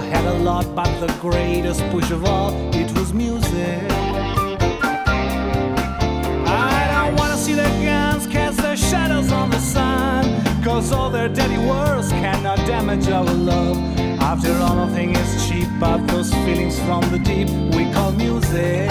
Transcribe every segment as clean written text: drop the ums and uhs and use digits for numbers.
I had a lot, but the greatest push of all, it was music. I don't wanna see the guns cast their shadows on the sun, cause all their dirty words cannot damage our love. After all, nothing is cheap but those feelings from the deep we call music.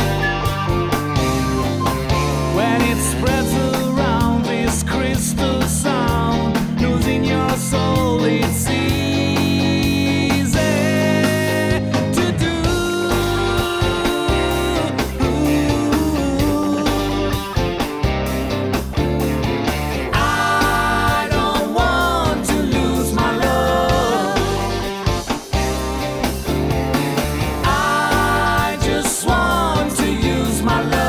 When it spreads around this crystal sound, losing your soul, it's easy to do. I don't want to lose my love. I just want to use my love.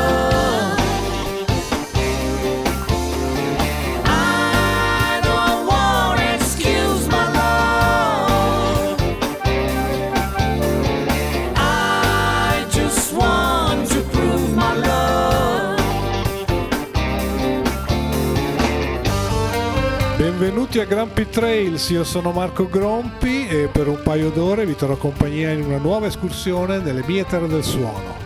Benvenuti a Grumpy Trails, io sono Marco Grompi e per un paio d'ore vi terrò compagnia in una nuova escursione nelle mie terre del suono.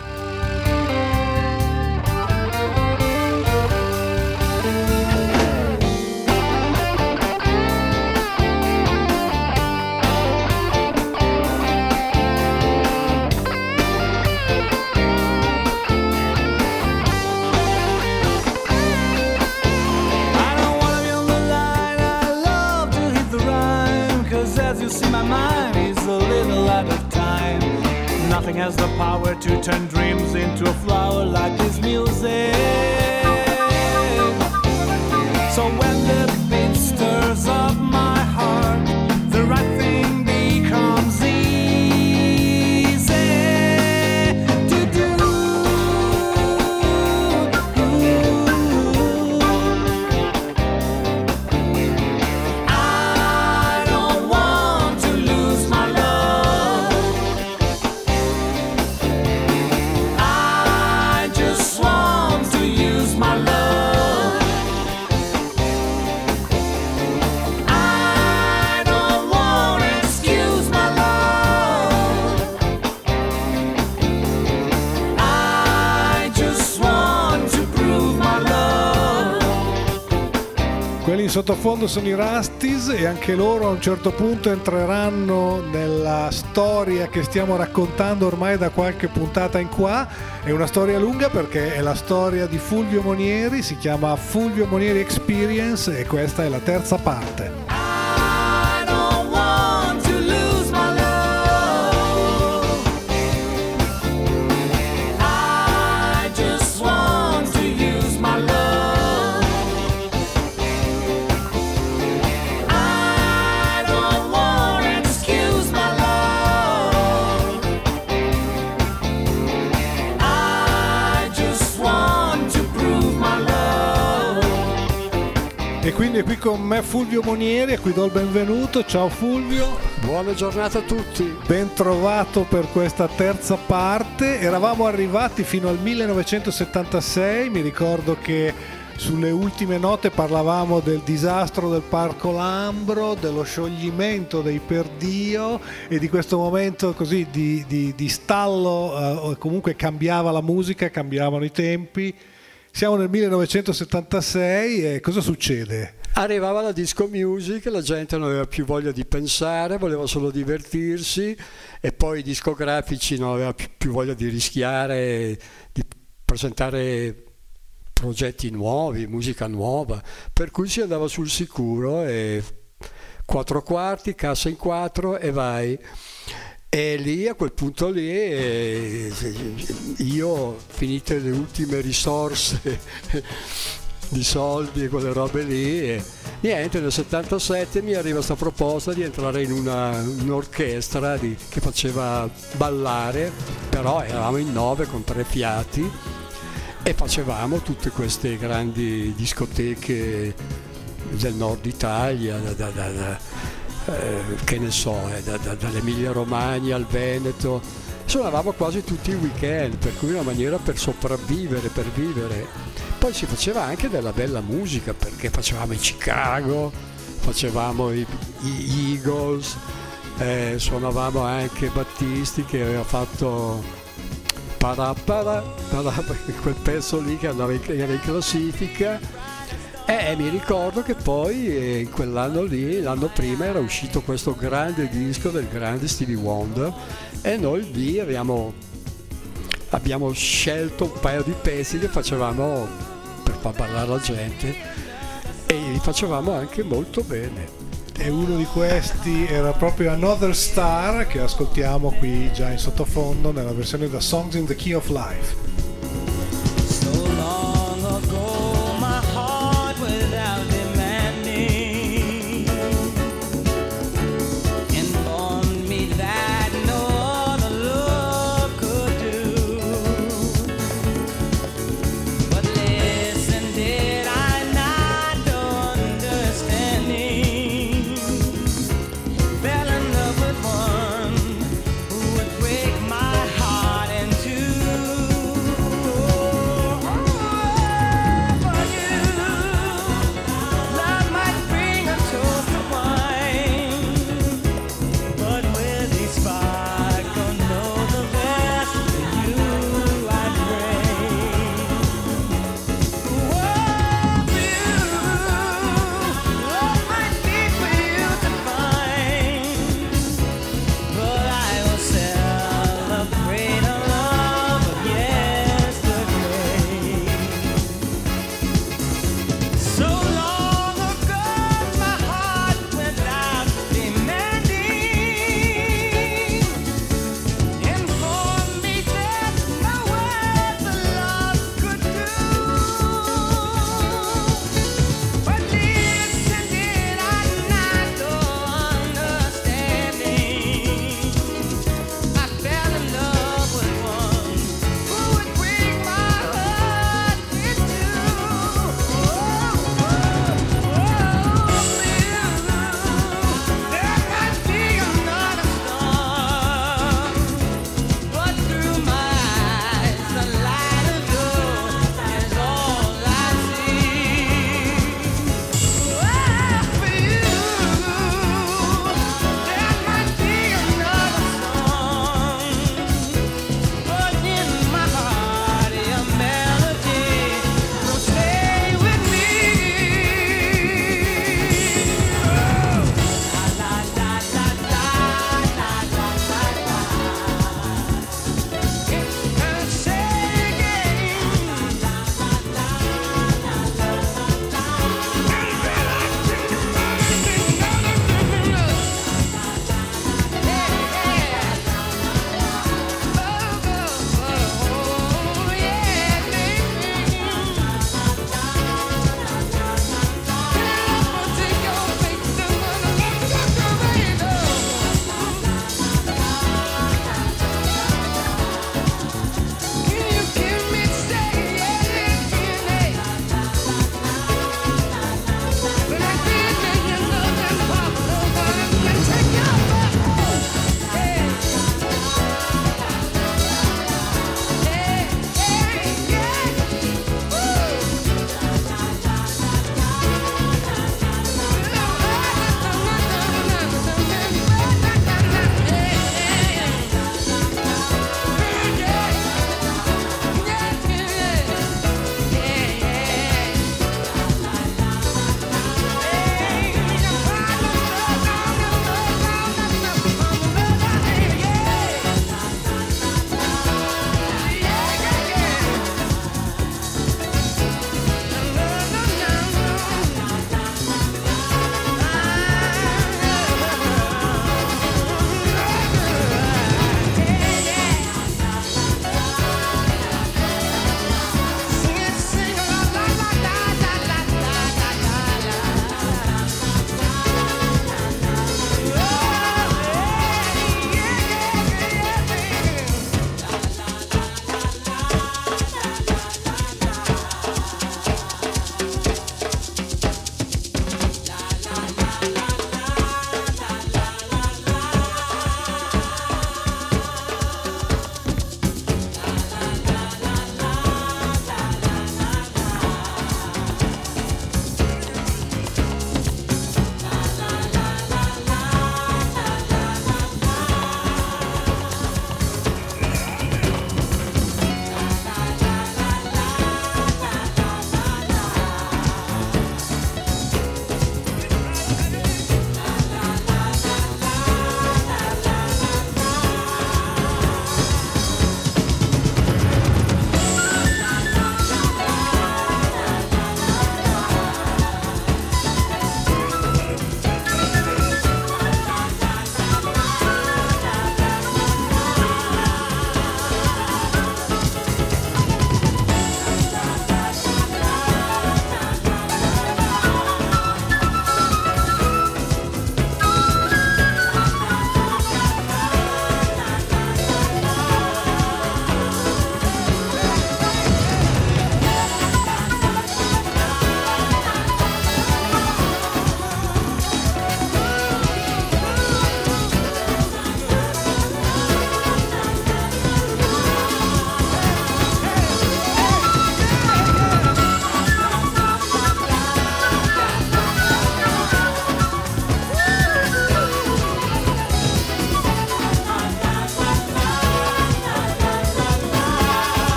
Nothing has the power to turn dreams into a flower like this music. So when the beat stirs up my heart, the right thing becomes easy to do. I don't want to lose my love. I just want to use my love. I don't want to excuse my love. I just want to prove my love. Quelli in sottofondo sono i Rusties e anche loro a un certo punto entreranno nella storia che stiamo raccontando ormai da qualche puntata in qua. È una storia lunga perché è la storia di Fulvio Monieri, si chiama Fulvio Monieri Experience e questa è la terza parte. I don't want to lose my love. I just want to use my love. I don't want to excuse my love. I just want to prove my love. E quindi è qui con me Fulvio Monieri, a cui do il benvenuto. Ciao Fulvio. Buona giornata a tutti. Ben trovato per questa terza parte. Eravamo arrivati fino al 1976, mi ricordo che sulle ultime note parlavamo del disastro del Parco Lambro, dello scioglimento dei Perdio e di questo momento così di stallo, comunque cambiava la musica, cambiavano i tempi. Siamo nel 1976 e cosa succede? Arrivava la disco music, la gente non aveva più voglia di pensare, voleva solo divertirsi e poi i discografici non avevano più voglia di rischiare, di presentare progetti nuovi, musica nuova, per cui si andava sul sicuro e 4 quarti, cassa in 4 e vai. E lì a quel punto lì io, finite le ultime risorse di soldi e quelle robe lì, e niente, nel 77 mi arriva questa proposta di entrare in un'orchestra che faceva ballare, però eravamo in 9 con 3 fiati e facevamo tutte queste grandi discoteche del nord Italia, che ne so, dall'Emilia Romagna al Veneto. Suonavamo quasi tutti i weekend, per cui una maniera per sopravvivere, per vivere. Poi si faceva anche della bella musica, perché facevamo i Chicago, facevamo gli Eagles, suonavamo anche Battisti che aveva fatto quel pezzo lì che era in classifica, e mi ricordo che poi in quell'anno lì, l'anno prima, era uscito questo grande disco del grande Stevie Wonder, e noi lì abbiamo scelto un paio di pezzi che facevamo per far ballare la gente, e li facevamo anche molto bene. E uno di questi era proprio Another Star, che ascoltiamo qui già in sottofondo nella versione da Songs in the Key of Life. So long ago, my heart without demanding informed me that no other love could do. But listen, did I not understanding? Fell in love with one who would break my heart in two.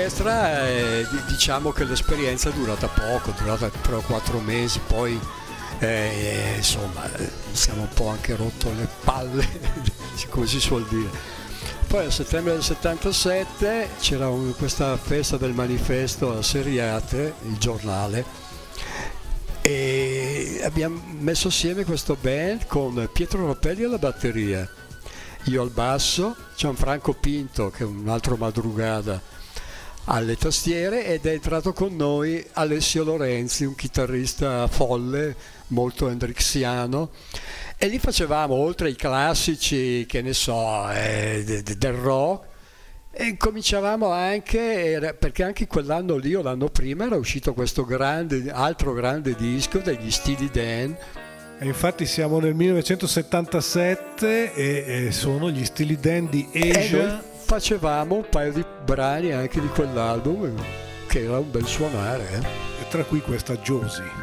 l'orchestra, diciamo che l'esperienza è durata poco, è durata 3 o 4 mesi, poi insomma siamo un po' anche rotto le palle, come si suol dire. Poi a settembre del 77 c'era questa festa del manifesto a Seriate, il giornale, e abbiamo messo assieme questo band con Pietro Rapelli alla batteria, io al basso, Gianfranco Pinto, che è un altro madrugada, alle tastiere, ed è entrato con noi Alessio Lorenzi, un chitarrista folle, molto hendrixiano, e lì facevamo, oltre ai classici, che ne so, del rock, e cominciavamo anche, perché anche quell'anno lì o l'anno prima era uscito questo altro grande disco degli Steely Dan. E infatti siamo nel 1977 e sono gli Steely Dan di Asia. Facevamo un paio di brani anche di quell'album, che era un bel suonare. E tra cui questa Josie.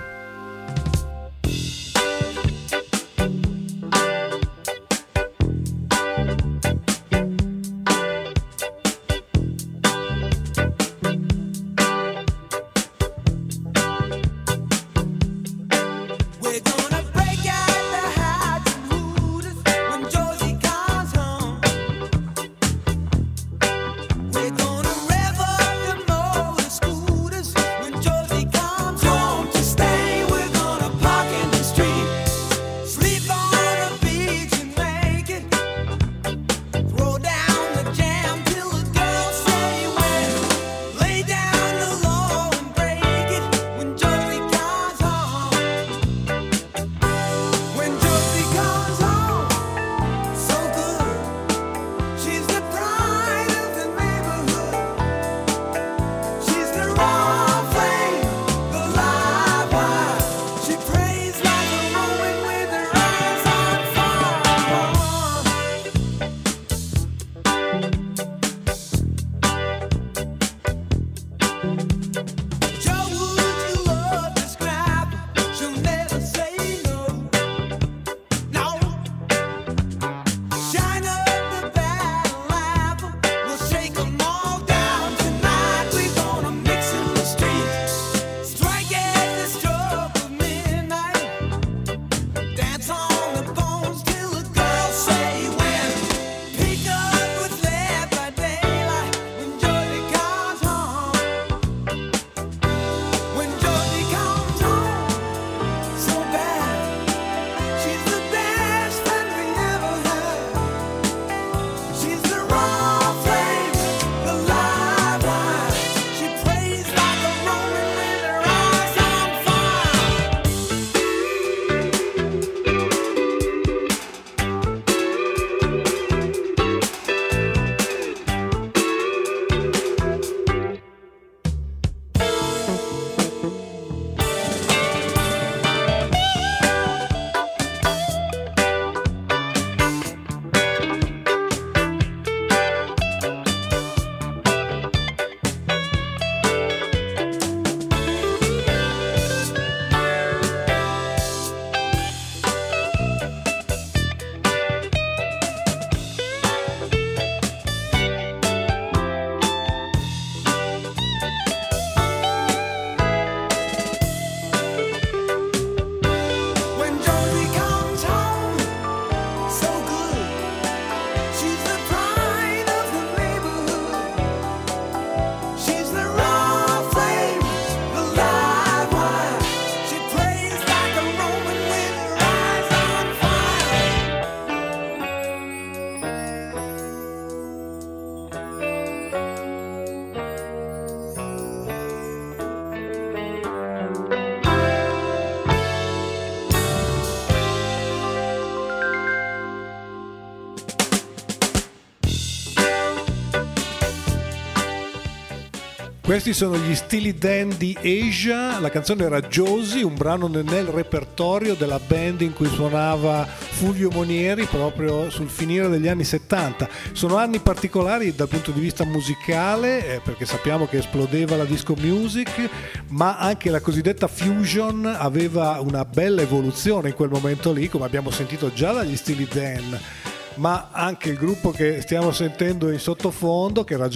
Questi sono gli Steely Dan di Asia, la canzone era Josie, un brano nel repertorio della band in cui suonava Fulvio Monieri proprio sul finire degli anni 70. Sono anni particolari dal punto di vista musicale, perché sappiamo che esplodeva la disco music, ma anche la cosiddetta fusion aveva una bella evoluzione in quel momento lì, come abbiamo sentito già dagli Steely Dan. Ma anche il gruppo che stiamo sentendo in sottofondo, che era già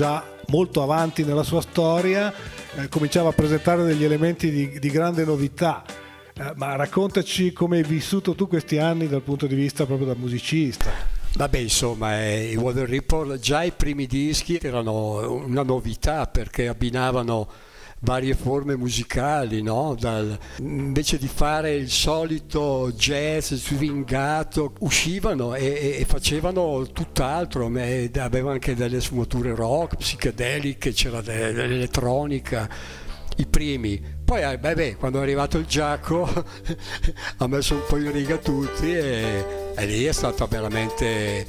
molto avanti nella sua storia, cominciava a presentare degli elementi di grande novità. Ma raccontaci come hai vissuto tu questi anni dal punto di vista proprio da musicista. Vabbè, insomma, i Weather Report, già i primi dischi erano una novità perché abbinavano varie forme musicali, no? Invece di fare il solito jazz swingato, uscivano e facevano tutt'altro, avevano anche delle sfumature rock, psichedeliche, c'era dell'elettronica, i primi. Poi quando è arrivato il Giaco ha messo un po' in riga tutti e lì è stato veramente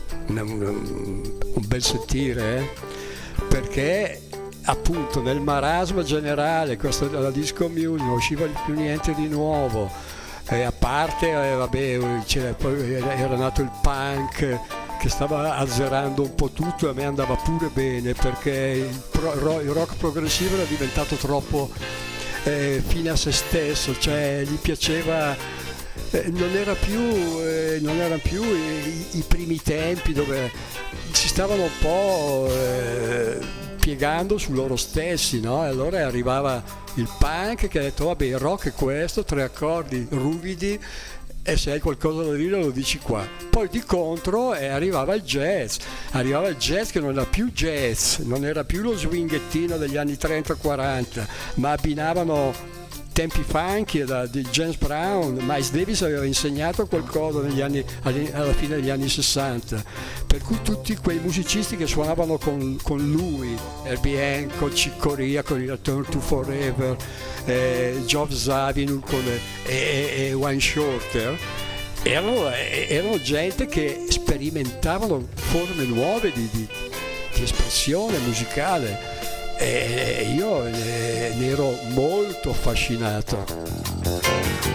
un bel sentire, perché appunto nel marasma generale, la disco music, non usciva più niente di nuovo, a parte poi era nato il punk che stava azzerando un po' tutto, e a me andava pure bene perché il rock progressivo era diventato troppo fine a se stesso, cioè gli piaceva, non erano più i primi tempi dove si stavano un po' piegando su loro stessi, no? E allora arrivava il punk che ha detto vabbè, il rock è questo, 3 accordi ruvidi, e se hai qualcosa da dire lo dici qua. Poi di contro arrivava il jazz che non era più jazz, non era più lo swinghettino degli anni 30-40, ma abbinavano tempi funky di James Brown. Miles Davis aveva insegnato qualcosa alla fine degli anni 60, per cui tutti quei musicisti che suonavano con lui, Herbie Hancock, Chick Corea con il Return to Forever, Geoff Zawinul e Wayne Shorter, erano gente che sperimentavano forme nuove di espressione musicale, e io ne ero molto affascinato.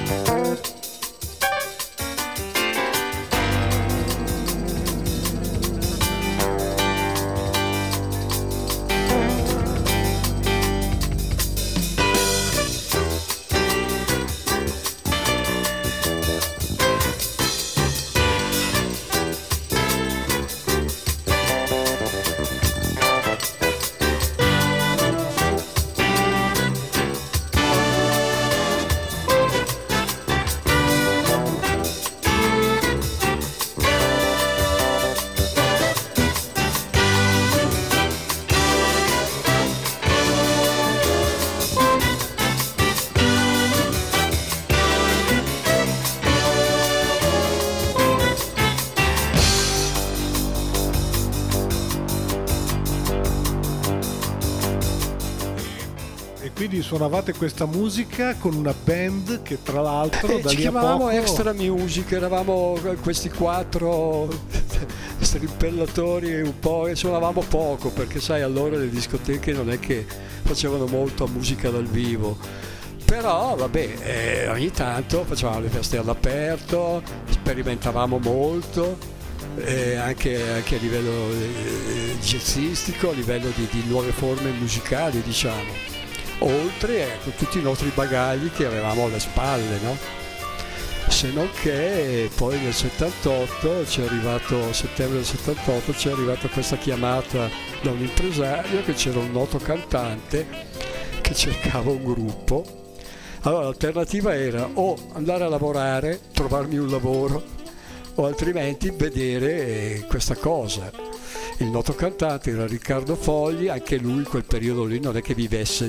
Quindi suonavate questa musica con una band che tra l'altro da ci lì a chiamavamo poco... Extra Music, eravamo questi 4 strimpellatori un po', e suonavamo poco perché sai, allora le discoteche non è che facevano molto musica dal vivo, però vabbè, ogni tanto facevamo le feste all'aperto, sperimentavamo molto, anche a livello jazzistico, a livello di nuove forme musicali, diciamo, oltre a tutti i nostri bagagli che avevamo alle spalle, no? Se non che poi nel 78 settembre del 78 ci è arrivata questa chiamata da un impresario che c'era un noto cantante che cercava un gruppo. Allora l'alternativa era o andare a lavorare, trovarmi un lavoro, o altrimenti vedere questa cosa. Il noto cantante era Riccardo Fogli, anche lui in quel periodo lì non è che vivesse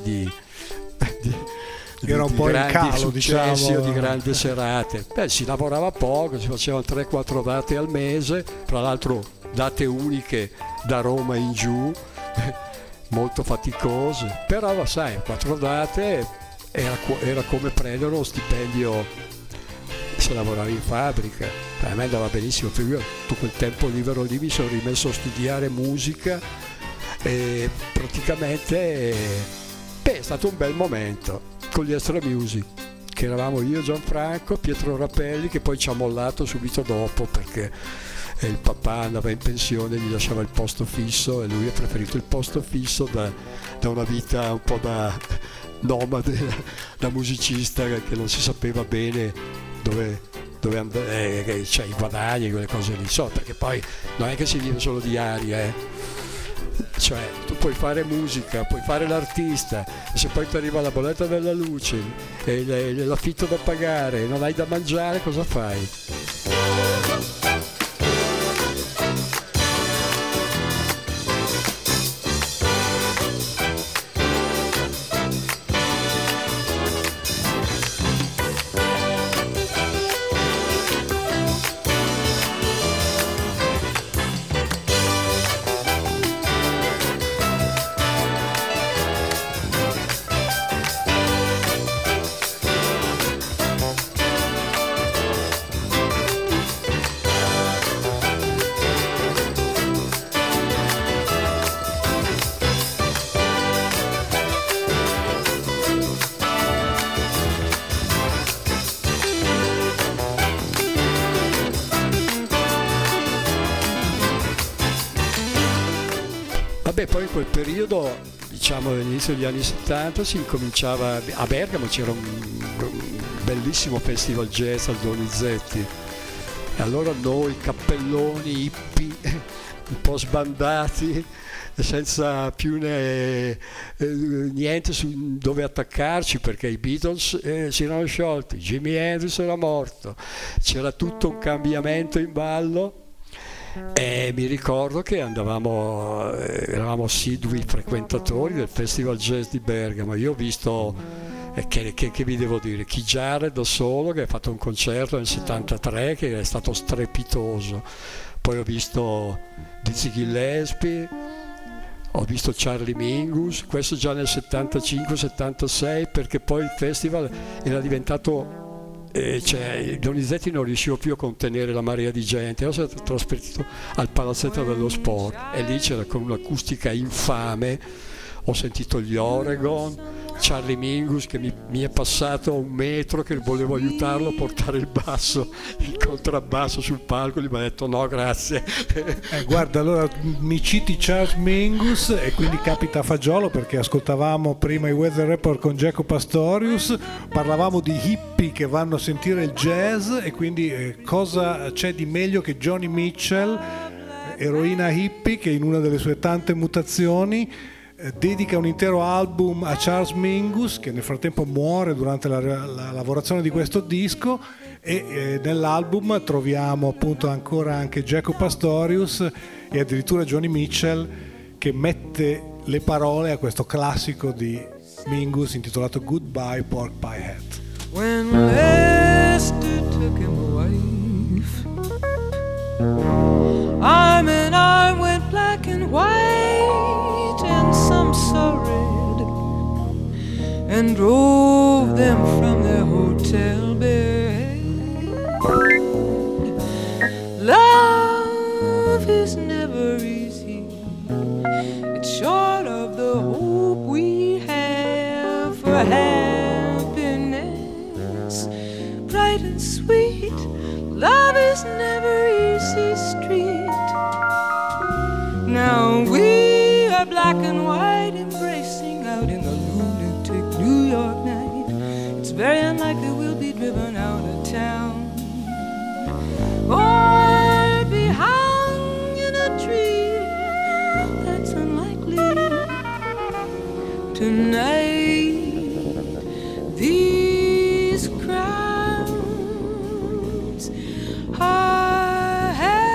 era un po' grandi in calo, successi, diciamo, o di grandi serate. Si lavorava poco, si facevano 3-4 date al mese, tra l'altro date uniche da Roma in giù, molto faticose, però sai, 4 date era come prendere uno stipendio se lavoravi in fabbrica. A me andava benissimo, io tutto quel tempo libero lì mi sono rimesso a studiare musica e praticamente è stato un bel momento con gli Extra Music, che eravamo io, Gianfranco, Pietro Rapelli, che poi ci ha mollato subito dopo perché il papà andava in pensione, gli lasciava il posto fisso e lui ha preferito il posto fisso da una vita un po' da nomade, da musicista che non si sapeva bene dove andare, cioè i guadagni, quelle cose lì, perché poi non è che si vive solo di aria, Cioè, tu puoi fare musica, puoi fare l'artista, e se poi ti arriva la bolletta della luce, e l'affitto da pagare, e non hai da mangiare, cosa fai? Vabbè, poi in quel periodo, diciamo all'inizio degli anni 70, si incominciava, a Bergamo c'era un bellissimo festival jazz al Donizetti, e allora noi, cappelloni, hippie, un po' sbandati, senza più niente su dove attaccarci, perché i Beatles si erano sciolti, Jimi Hendrix era morto, c'era tutto un cambiamento in ballo. E mi ricordo che eravamo assidui frequentatori del Festival Jazz di Bergamo. Io ho visto, che vi devo dire, Keith Jarrett da solo, che ha fatto un concerto nel 73 che è stato strepitoso. Poi ho visto Dizzy Gillespie, ho visto Charlie Mingus, questo già nel 75-76, perché poi il festival era diventato... cioè, Donizetti non riusciva più a contenere la marea di gente, allora si è trasferito al palazzetto dello sport, e lì c'era con un'acustica infame. Ho sentito gli Oregon, Charlie Mingus che mi è passato a un metro, che volevo aiutarlo a portare il contrabbasso sul palco, gli mi ha detto no grazie. Guarda, allora mi citi Charles Mingus e quindi capita a fagiolo, perché ascoltavamo prima i Weather Report con Jaco Pastorius, parlavamo di hippie che vanno a sentire il jazz, e quindi cosa c'è di meglio che Joni Mitchell, eroina hippie, che in una delle sue tante mutazioni dedica un intero album a Charles Mingus, che nel frattempo muore durante la lavorazione di questo disco, e nell'album troviamo appunto ancora anche Jaco Pastorius e addirittura Joni Mitchell, che mette le parole a questo classico di Mingus intitolato Goodbye Pork Pie Hat. When Lester took him away, arm in arm went black and white, and some saw red, and drove them from their hotel bed. Love is never easy, it's short of the hope we have for happiness, bright and sweet. Love is never easy street. Now we are black and white, embracing out in the lunatic New York night. It's very unlikely we'll be driven out of town, or be hung in a tree. That's unlikely tonight. These crowds are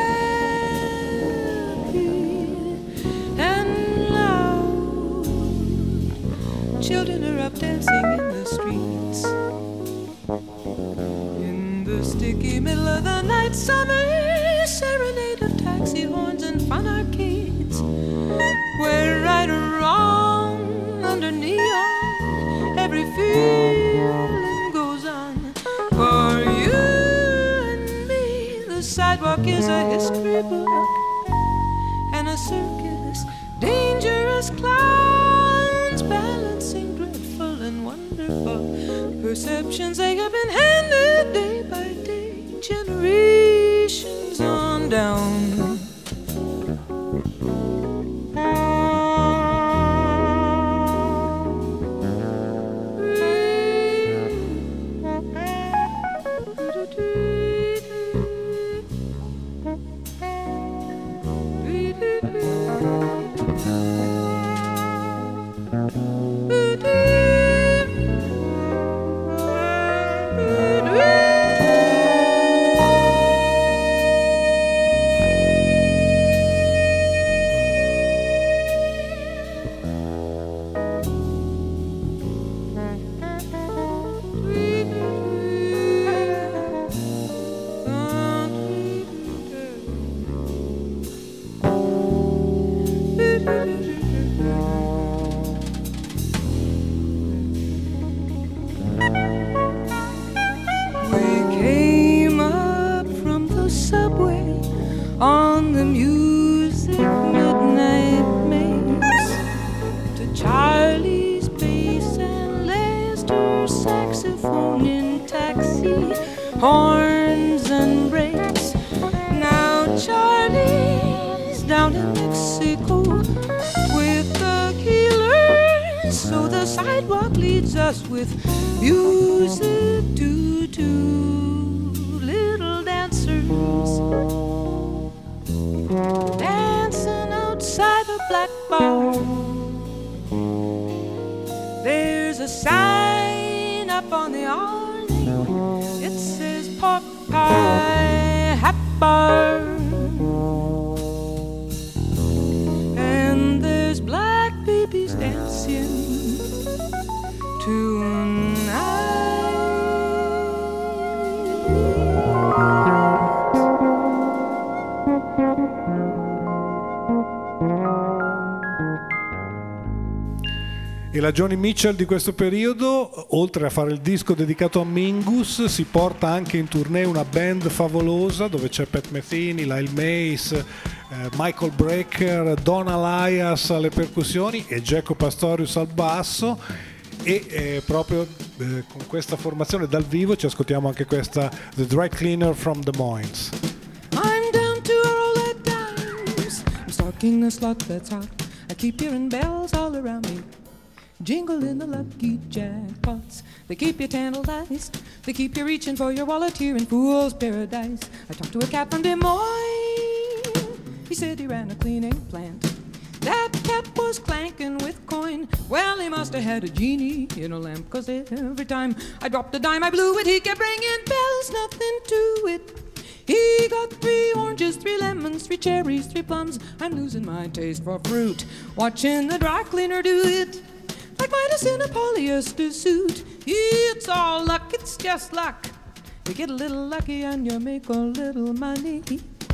happy and loud. Children are up dancing in the streets. In the sticky middle of the night, summer serenade of taxi horns and fun arcades, where right or wrong under neon every feeling goes on. For you and me, the sidewalk is a history book and a circus, dangerous clowns balancing dreadful and wonderful perceptions. They have been handed day by day, generations on down. horns and brakes. Now Charlie's down in Mexico with the killers, so the sidewalk leads us with music to little dancers dancing outside a black bar. There's a sign up on the awning, it says pork pie hat bar. And there's black babies dancing tonight. E la Joni Mitchell di questo periodo, oltre a fare il disco dedicato a Mingus, si porta anche in tournée una band favolosa dove c'è Pat Metheny, Lyle Mace, Michael Brecker, Don Alias alle percussioni e Jaco Pastorius al basso. E proprio con questa formazione dal vivo ci ascoltiamo anche questa The Dry Cleaner from Des Moines. I'm down to roll at times, I'm stalking a slot that's hot, I keep hearing bells all around me, jingle in the lucky jackpots. They keep you tantalized, they keep you reaching for your wallet here in Fool's Paradise. I talked to a cat from Des Moines, he said he ran a cleaning plant. That cat was clanking with coin. Well, he must have had a genie in a lamp, 'cause every time I dropped a dime I blew it, he kept ringing bells, nothing to it. He got 3 oranges, 3 lemons, 3 cherries, 3 plums. I'm losing my taste for fruit, watching the dry cleaner do it, like Midas in a polyester suit. It's all luck, it's just luck. You get a little lucky and you make a little money.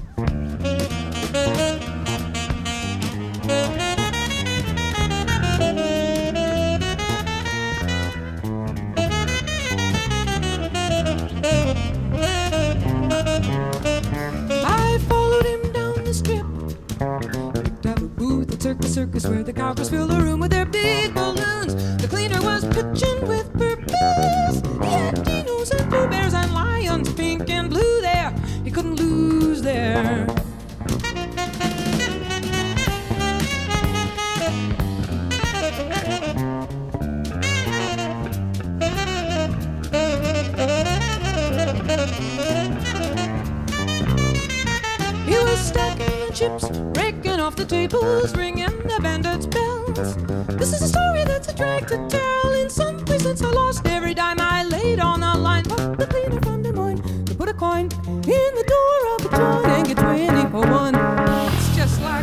I followed him down the strip, picked out a booth at Circus where the cowgirls fill the room with their big balloons. The cleaner was pitching with purpose. He had dinos and Pooh Bears and lions, pink and blue there. He couldn't lose there. He was stacking the chips, breaking off the tables, ringing the bandits' bells. This is a story that's a drag to tell. In some place since I lost every dime I laid on the line. But the cleaner from Des Moines to put a coin in the door of a joint and get 20 for one. It's just like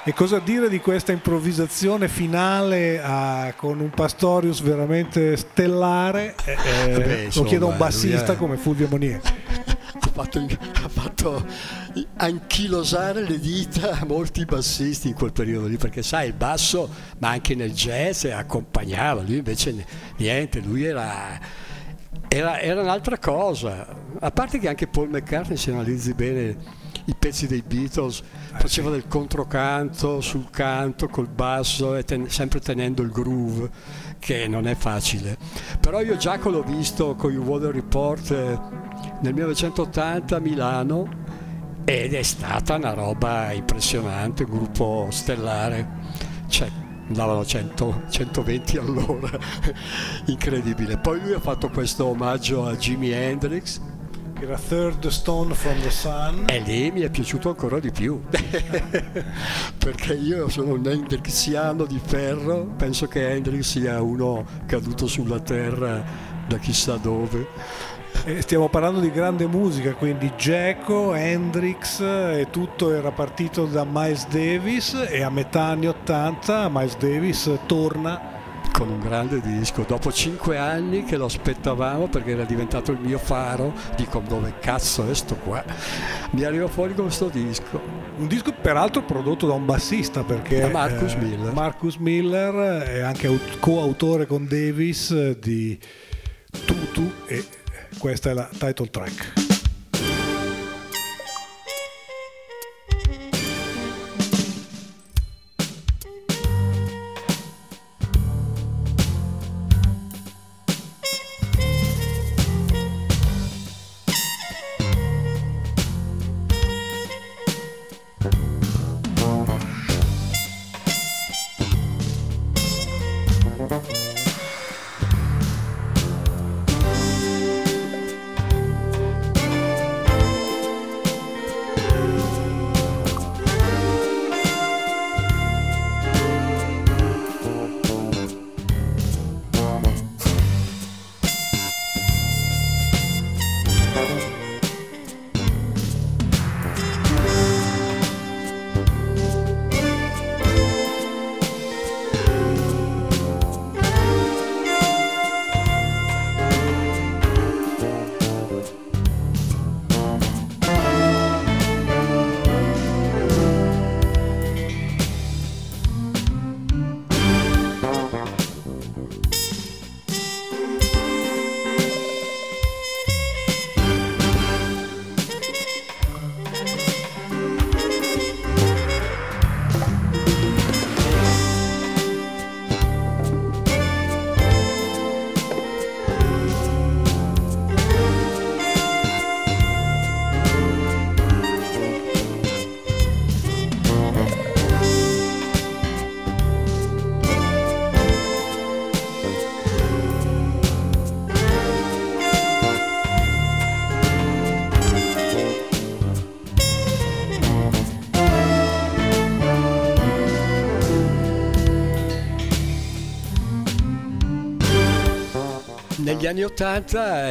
E cosa dire di questa improvvisazione finale con un Pastorius veramente stellare? Lo chiedo a un bassista come Fulvio Monier. Ha fatto anchilosare le dita a molti bassisti in quel periodo lì, perché sai, il basso, ma anche nel jazz accompagnava, lui invece niente, lui era un'altra cosa. A parte che anche Paul McCartney, se analizzi bene i pezzi dei Beatles, faceva del controcanto sul canto col basso e sempre tenendo il groove, che non è facile. Però io Giacomo l'ho visto con i Weather Report nel 1980 a Milano ed è stata una roba impressionante, un gruppo stellare, cioè andavano 120 all'ora, incredibile. Poi lui ha fatto questo omaggio a Jimi Hendrix, era Third Stone from the Sun, e lì mi è piaciuto ancora di più perché io sono un hendrixiano di ferro, penso che Hendrix sia uno caduto sulla terra da chissà dove. Stiamo parlando di grande musica, quindi Geco, Hendrix e tutto era partito da Miles Davis, e a metà anni 80 Miles Davis torna con un grande disco, dopo 5 anni che lo aspettavamo perché era diventato il mio faro. Dico, dove cazzo è sto qua? Mi arriva fuori con questo disco, un disco peraltro prodotto da un bassista, perché Marcus Miller è anche coautore con Davis di Tutu, e questa è la title track. Negli anni 80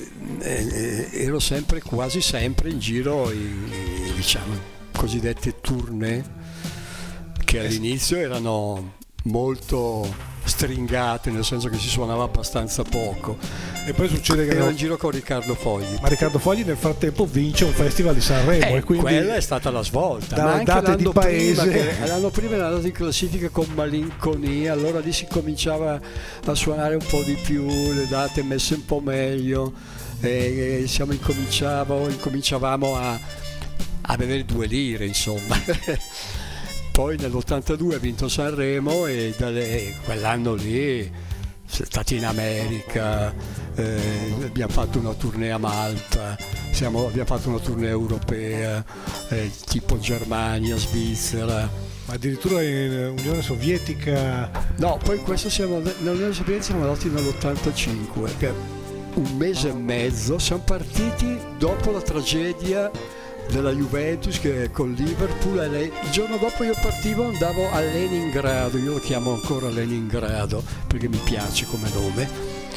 ero quasi sempre in giro diciamo cosiddette tournée, che all'inizio erano molto stringate, nel senso che si suonava abbastanza poco, e poi succede che ero in giro con Riccardo Fogli. Ma Riccardo Fogli nel frattempo vince un festival di Sanremo, e quindi quella è stata la svolta. Ma anche date di paese, l'anno prima era andato in classifica con Malinconia, allora lì si cominciava a suonare un po' di più, le date messe un po' meglio, e incominciavamo a vedere 2 lire, insomma. Poi nell'82 ha vinto Sanremo, e quell'anno lì siamo stati in America, abbiamo fatto una tournée a Malta, abbiamo fatto una tournée europea, tipo Germania, Svizzera. Ma addirittura in Unione Sovietica? No, poi questo nell'Unione Sovietica siamo andati nell'85, che un mese e mezzo, siamo partiti dopo la tragedia della Juventus che con Liverpool, il giorno dopo io partivo, andavo a Leningrado, io lo chiamo ancora Leningrado perché mi piace come nome,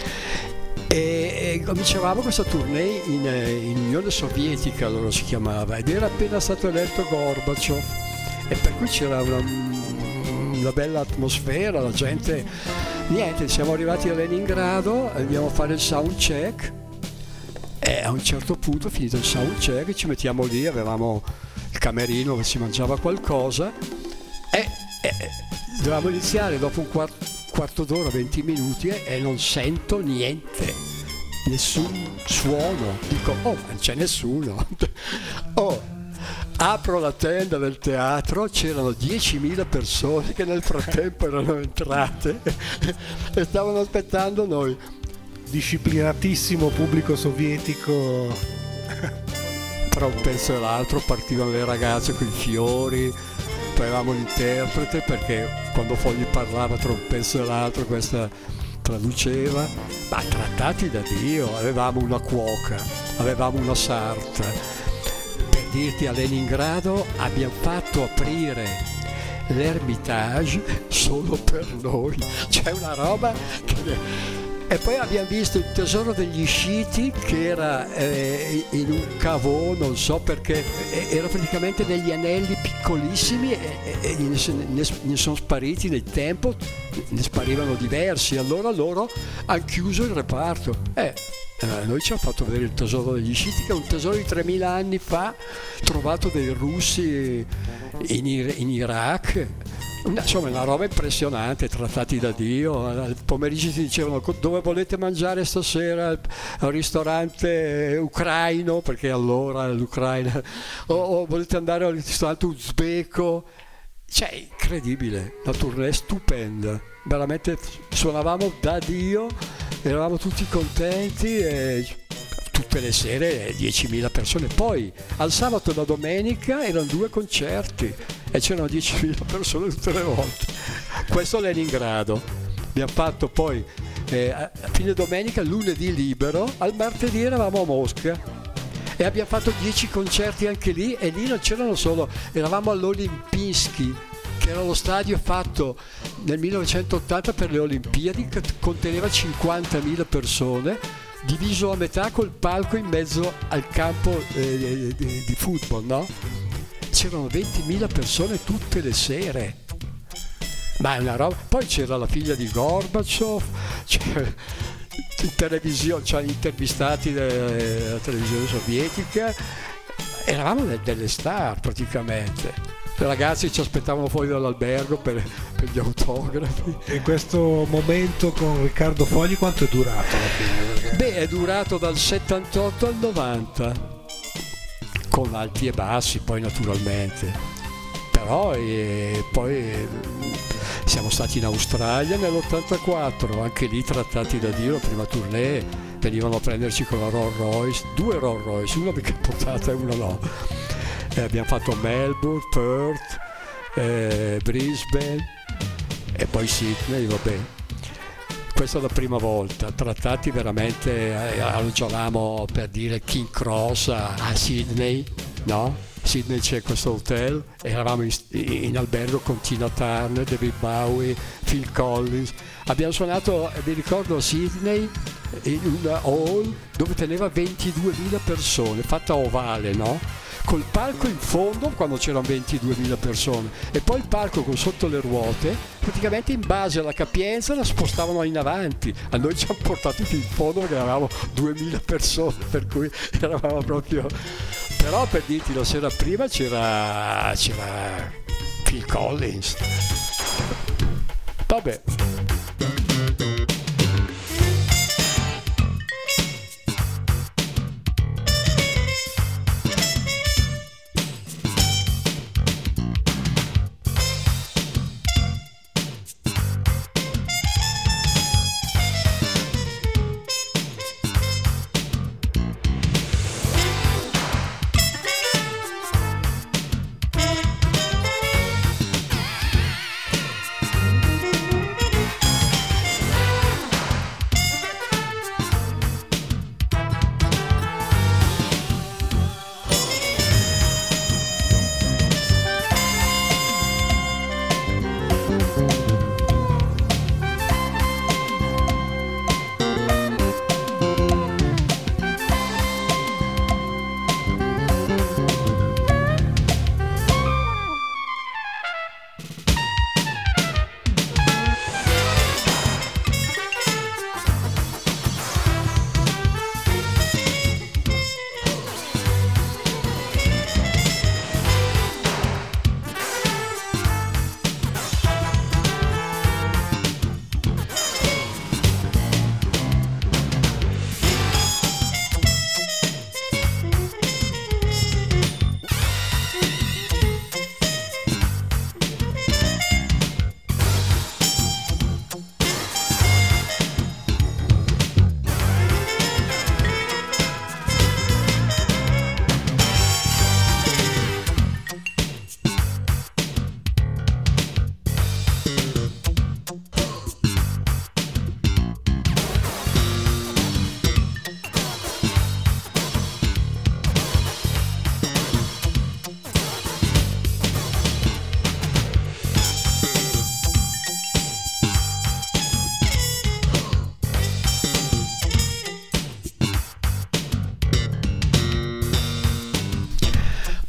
e cominciavamo questa tournée in Unione Sovietica, allora si chiamava, ed era appena stato eletto Gorbaciov, e per cui c'era una bella atmosfera, la gente. Niente, siamo arrivati a Leningrado, andiamo a fare il sound check e a un certo punto, finito il sound check, ci mettiamo lì, avevamo il camerino dove si mangiava qualcosa e dovevamo iniziare dopo un quarto d'ora, 20 minuti e non sento niente, nessun suono. Dico, oh, non c'è nessuno. Apro la tenda del teatro, c'erano 10.000 persone che nel frattempo erano entrate e stavano aspettando noi. Disciplinatissimo pubblico sovietico. Tra un pezzo e l'altro partivano le ragazze con i fiori, poi avevamo l'interprete perché quando Fogli parlava tra un pezzo e l'altro questa traduceva, ma trattati da Dio, avevamo una cuoca, avevamo una sarta. Per dirti, a Leningrado abbiamo fatto aprire l'Ermitage solo per noi, c'è una roba che... E poi abbiamo visto il tesoro degli sciti che era in un cavò, non so perché, era praticamente degli anelli piccolissimi e ne sono spariti nel tempo, ne sparivano diversi, allora loro hanno chiuso il reparto. Noi ci hanno fatto vedere il tesoro degli sciti, che è un tesoro di 3.000 anni fa, trovato dai russi in Iraq. Insomma, una roba impressionante, trattati da Dio. Al pomeriggio ti dicevano dove volete mangiare stasera, al ristorante ucraino, perché allora l'Ucraina, o volete andare al ristorante uzbeko. Cioè, incredibile, la tournée stupenda, veramente suonavamo da Dio, eravamo tutti contenti e tutte le sere 10.000 persone. Poi al sabato e la domenica erano 2 concerti e c'erano 10.000 persone tutte le volte. Questo a Leningrado. Abbiamo fatto poi a fine domenica, lunedì libero, al martedì eravamo a Mosca e abbiamo fatto 10 concerti anche lì, e lì non c'erano solo, eravamo all'Olimpijski, che era lo stadio fatto nel 1980 per le Olimpiadi, che conteneva 50.000 persone, diviso a metà col palco in mezzo al campo di football, no? C'erano 20.000 persone tutte le sere, ma è una roba. Poi c'era la figlia di Gorbaciov, in televisione, ci hanno intervistati dalla televisione sovietica, eravamo delle star praticamente. I ragazzi ci aspettavano fuori dall'albergo per gli autografi. E questo momento con Riccardo Fogli quanto è durato alla fine? Perché... Beh, è durato dal 78 al 90, con alti e bassi poi naturalmente, però poi siamo stati in Australia nell'84, anche lì trattati da Dio, la prima tournée, venivano a prenderci con la Rolls Royce, 2 Rolls Royce, una decapotata e una no. Abbiamo fatto Melbourne, Perth, Brisbane e poi Sydney, vabbè. Questa è la prima volta, trattati veramente, alloggiavamo per dire King Cross a Sydney, no? Sydney c'è questo hotel, eravamo in albergo con Tina Turner, David Bowie, Phil Collins. Abbiamo suonato, mi ricordo, a Sydney in una hall dove teneva 22.000 persone, fatta ovale, no? Col palco in fondo quando c'erano 22.000 persone e poi il palco con sotto le ruote, praticamente in base alla capienza la spostavano in avanti. A noi ci hanno portati fino in fondo perché eravamo 2.000 persone, per cui eravamo proprio... Però per dirti, la sera prima c'era Phil Collins. Vabbè.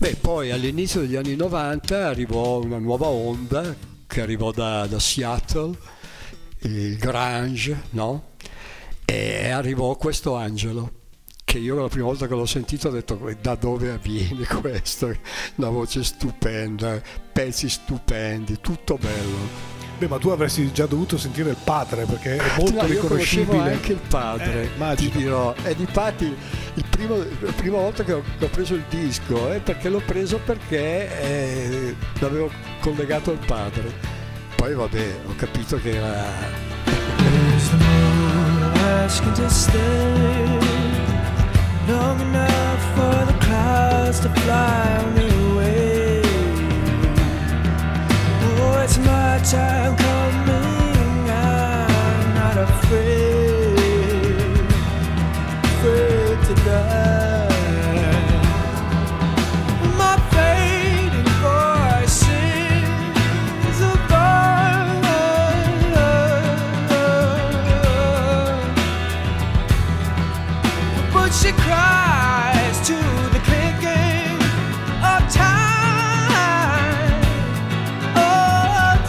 Beh, poi all'inizio degli anni 90 arrivò una nuova onda che arrivò da Seattle, il grunge, no? E arrivò questo Angelo, che io la prima volta che l'ho sentito ho detto: da dove avviene questo? Una voce stupenda, pezzi stupendi, tutto bello. Beh, ma tu avresti già dovuto sentire il padre, perché è molto No, io conoscevo riconoscibile. anche il padre, ti dirò. E difatti la prima volta che ho preso il disco perché l'ho preso perché l'avevo collegato al padre. Poi vabbè, ho capito che era... Asking to stay long enough for the clouds to fly me away. Oh, it's my time coming, I'm not afraid to die. My fading voice sings above, but she cries to the clicking of time, of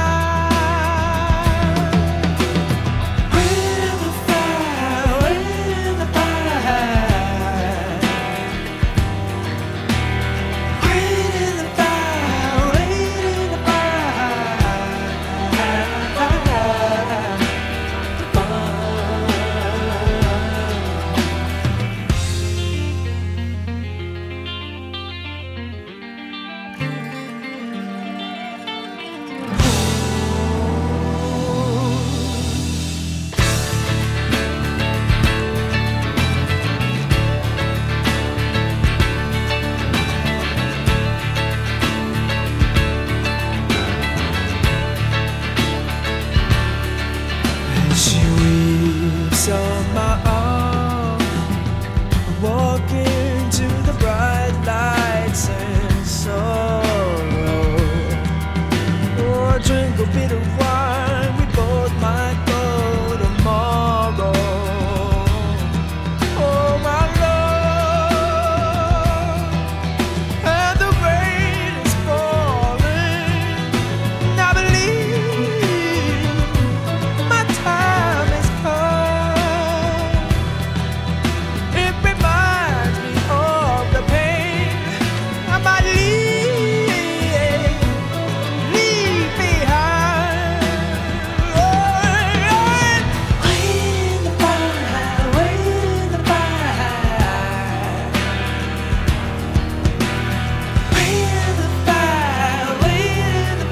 time. Waiting in the fire, waiting in the fire, waiting in the fire, waiting in the she weeps on my arm, walking to the bright lights and sorrow. Oh, drink a bit of wine, we both might go tomorrow. Oh, my love, and the rain is falling, and I believe my time is come. It reminds me of the pain I might leave behind. Wait in the fire, wait in the fire, wait in the fire, wait in the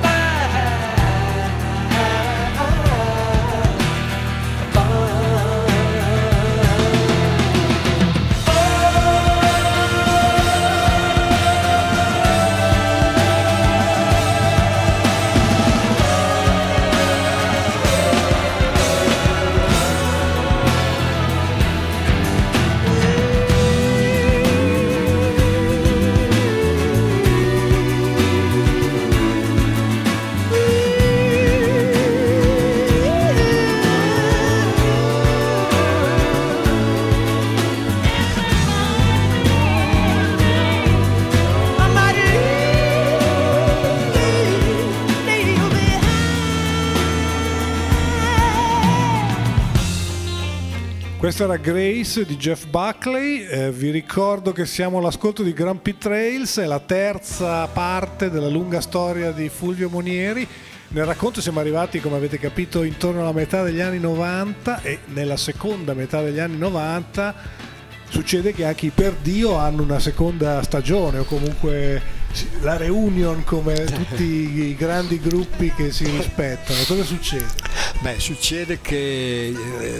Questa era Grace di Jeff Buckley. Vi ricordo che siamo all'ascolto di Grand Prix Trails, è la terza parte della lunga storia di Fulvio Monieri. Nel racconto siamo arrivati, come avete capito, intorno alla metà degli anni 90, e nella seconda metà degli anni 90 succede che anche i Perdio hanno una seconda stagione, o comunque la reunion, come tutti i grandi gruppi che si rispettano. Cosa succede? Beh, succede che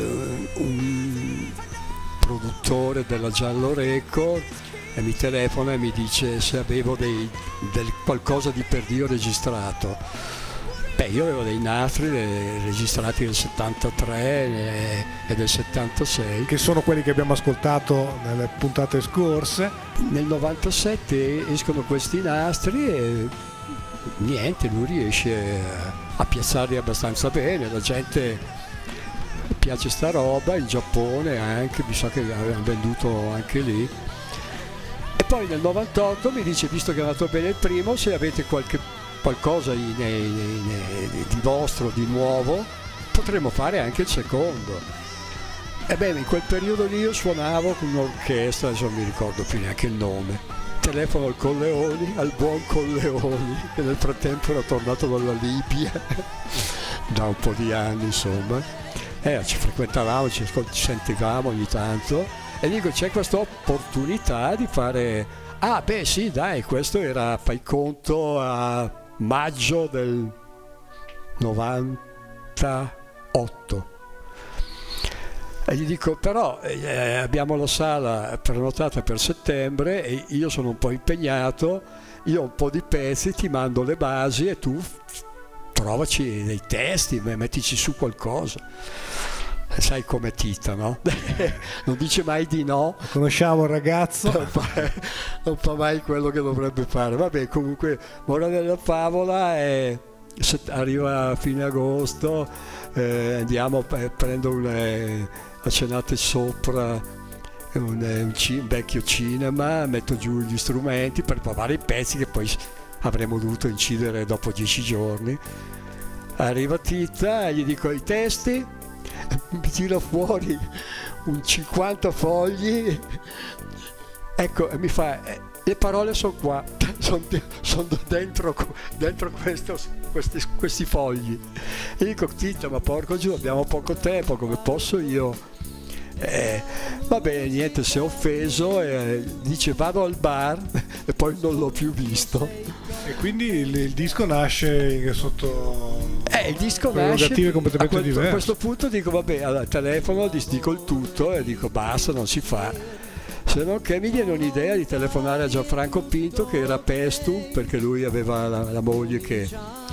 un produttore della Giallo Record mi telefona e mi dice se avevo qualcosa di Perdio registrato. Beh, io avevo dei nastri registrati nel 73 e del 76. Che sono quelli che abbiamo ascoltato nelle puntate scorse. Nel 97 escono questi nastri e niente, lui riesce a piazzarli abbastanza bene, la gente piace sta roba, in Giappone anche, mi sa che avevano venduto anche lì. E poi nel 98 mi dice, visto che è andato bene il primo, se avete qualcosa di vostro, di nuovo, potremmo fare anche il secondo. E bene, in quel periodo lì io suonavo con un'orchestra, adesso non mi ricordo più neanche il nome. Telefono al Colleoni, al buon Colleoni, che nel frattempo era tornato dalla Libia da un po' di anni, insomma. Ci frequentavamo, ci sentivamo ogni tanto. E dico, c'è questa opportunità di fare, sì dai, questo era, fai conto, a maggio del 98. E gli dico, però abbiamo la sala prenotata per settembre e io sono un po' impegnato, io ho un po' di pezzi, ti mando le basi e tu trovaci dei testi, mettici su qualcosa. Sai com'è Tita, no? Non dice mai di no. Conosciamo il ragazzo. Non fa mai quello che dovrebbe fare. Vabbè, comunque, morale della favola è arriva a fine agosto, andiamo, prendo a cenate sopra un vecchio cinema, metto giù gli strumenti per provare i pezzi che poi avremmo dovuto incidere dopo 10 giorni. Arriva Tita, gli dico i testi, mi tira fuori un 50 fogli, ecco, e mi fa le parole sono qua, sono dentro questi fogli. E dico, Tita, ma porco giù, abbiamo poco tempo, come posso io? Va bene, niente, si è offeso e dice vado al bar e poi non l'ho più visto. E quindi il disco nasce sotto il disco nasce completamente diverse. A questo punto dico vabbè, al telefono dico il tutto e dico basta, non si fa. Se non che mi viene un'idea di telefonare a Gianfranco Pinto, che era Pestum, perché lui aveva la moglie che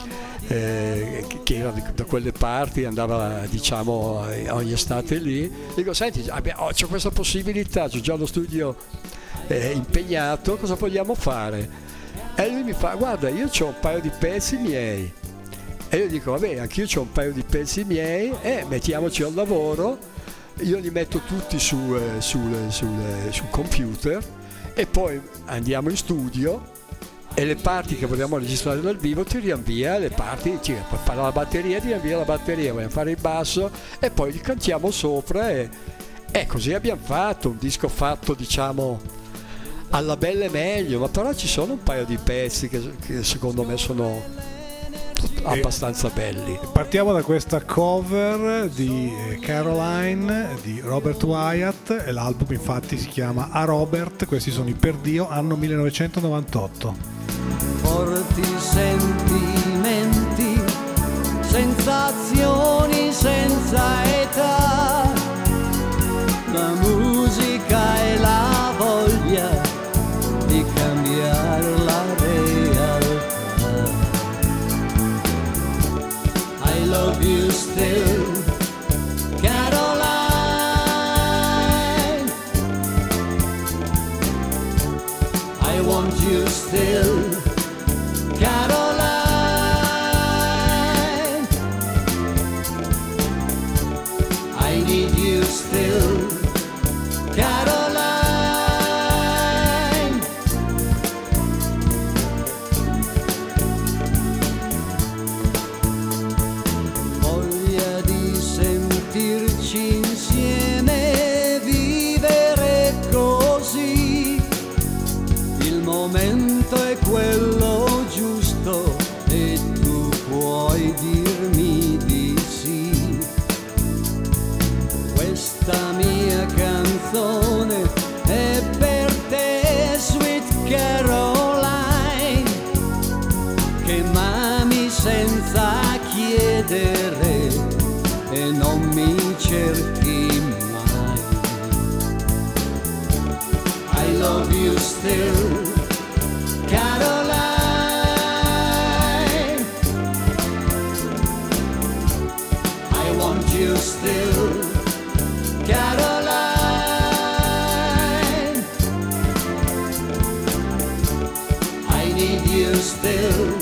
era da quelle parti, andava diciamo ogni estate lì. Dico senti, c'ho questa possibilità, c'ho già lo studio impegnato, cosa vogliamo fare? E lui mi fa guarda, io c'ho un paio di pezzi miei. E io dico vabbè, anch'io c'ho un paio di pezzi miei e mettiamoci al lavoro, io li metto tutti sul computer e poi andiamo in studio e le parti che vogliamo registrare dal vivo ti rinvia le parti, fare la batteria, ti rinvia la batteria, vogliamo fare il basso e poi li cantiamo sopra e così abbiamo fatto un disco fatto diciamo alla bella e meglio, ma però ci sono un paio di pezzi che secondo me sono abbastanza belli. Partiamo da questa cover di Caroline di Robert Wyatt e l'album infatti si chiama A Robert, questi sono i Perdio, anno 1998. Forti sentimenti, sensazioni senza età, la musica e la voglia di cambiare la realtà. I love you still, Caroline. I want you still, Caroline. I need you still, Caroline. Voglia di sentirci insieme, vivere così. Il momento è quello giusto e tu puoi dirmi di sì. Questa mia canzone è per te, Sweet Caroline, che m'ami senza chiedere e non mi cerchi mai. I love you still, Caroline. I want you still, Caroline. I need you still,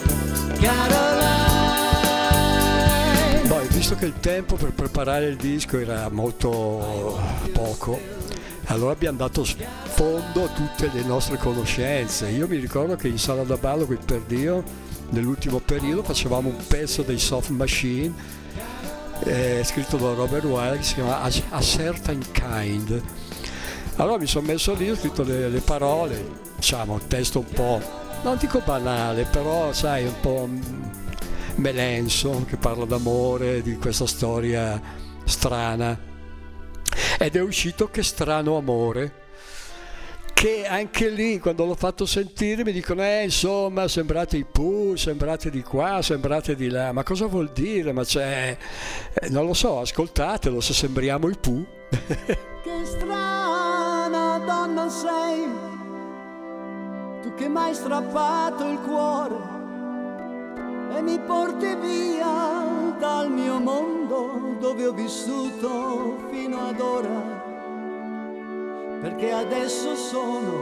Caroline. Poi, visto che il tempo per preparare il disco era molto poco, Allora abbiamo dato sfondo a tutte le nostre conoscenze. Io mi ricordo che in sala da ballo qui per Dio, nell'ultimo periodo, facevamo un pezzo dei Soft Machine scritto da Robert Wyatt che si chiama A Certain Kind. Allora mi sono messo lì, ho scritto le parole, diciamo un testo un po', non dico banale, però sai, un po' melenso, che parla d'amore, di questa storia strana. Ed è uscito Che strano amore, che anche lì quando l'ho fatto sentire mi dicono insomma sembrate i Pooh, sembrate di qua, sembrate di là, ma cosa vuol dire? Ma c'è non lo so, ascoltatelo se sembriamo i Pooh. Che strana donna sei, tu che m'hai strappato il cuore e mi porti via dal mio mondo dove ho vissuto fino ad ora, perché adesso sono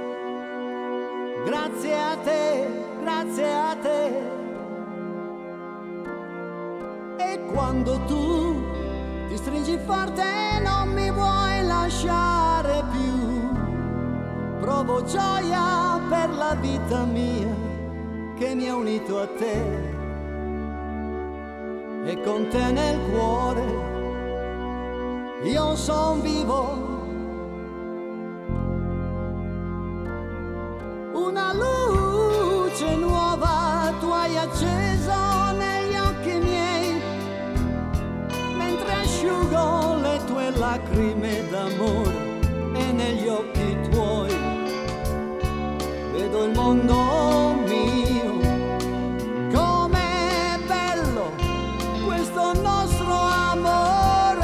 grazie a te, grazie a te. E quando tu ti stringi forte e non mi vuoi lasciare più, provo gioia per la vita mia che mi ha unito a te, e con te nel cuore io son vivo. Una luce nuova tu hai acceso negli occhi miei, mentre asciugo le tue lacrime d'amore, e negli occhi tuoi vedo il mondo mio. Com'è bello questo nostro amore.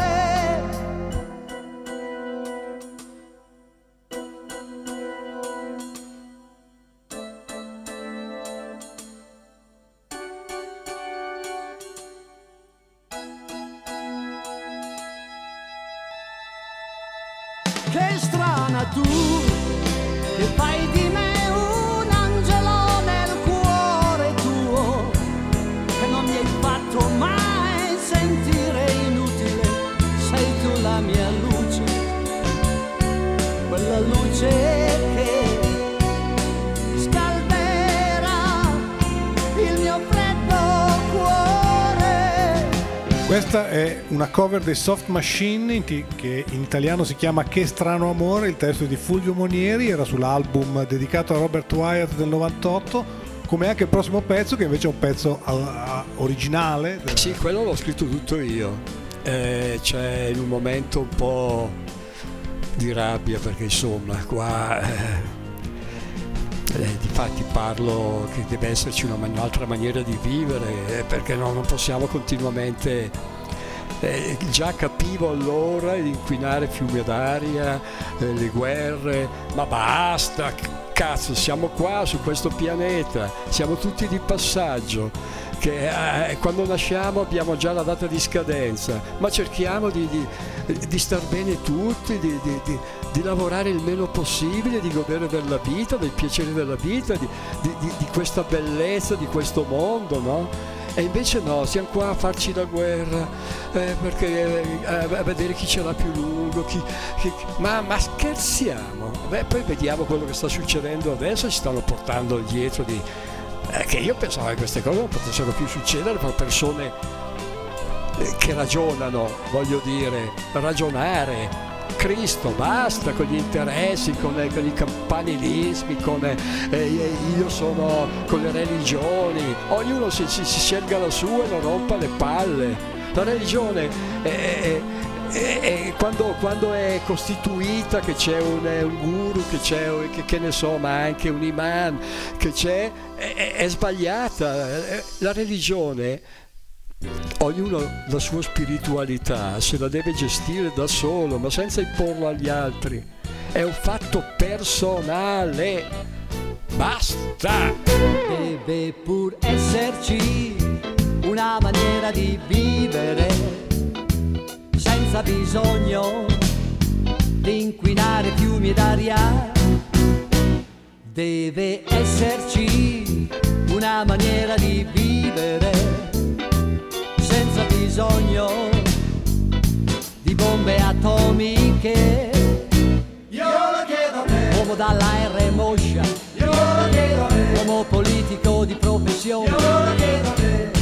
Che strana tu, che fai di me un angelo nel cuore tuo, che non mi hai fatto mai sentire inutile. Sei tu la mia luce, quella luce che scalderà il mio freddo cuore. Questa è una cover dei Soft Machine che in italiano si chiama Che strano amore, il testo è di Fulvio Monieri, era sull'album dedicato a Robert Wyatt del 98, come anche il prossimo pezzo che invece è un pezzo originale. Sì, quello l'ho scritto tutto io, c'è in un momento un po' di rabbia perché insomma qua difatti parlo che deve esserci un'altra maniera di vivere, perché non possiamo continuamente già capivo allora di inquinare fiumi d'aria, le guerre, ma basta, cazzo, siamo qua su questo pianeta, siamo tutti di passaggio, che quando nasciamo abbiamo già la data di scadenza, ma cerchiamo di star bene tutti, di lavorare il meno possibile, di godere della vita, dei piaceri della vita, di questa bellezza, di questo mondo, no? E invece no, siamo qua a farci la guerra, perché a vedere chi ce l'ha più lungo, ma scherziamo? Poi vediamo quello che sta succedendo adesso, ci stanno portando dietro che io pensavo che queste cose non potessero più succedere per persone che ragionano, voglio dire, ragionare. Cristo, basta con gli interessi, con i campanilismi, io sono con le religioni, ognuno si scelga la sua e non rompa le palle. La religione quando è costituita, che c'è un guru, che ne so, ma anche un imam, che c'è, è sbagliata. La religione, ognuno la sua spiritualità se la deve gestire da solo, ma senza imporla agli altri. È un fatto personale. Basta! Deve pur esserci una maniera di vivere senza bisogno di inquinare fiumi d'aria. Deve esserci una maniera di vivere senza bisogno di bombe atomiche. uomo dalla R moscia, io lo chiedo a te, uomo politico di professione, io lo chiedo a te,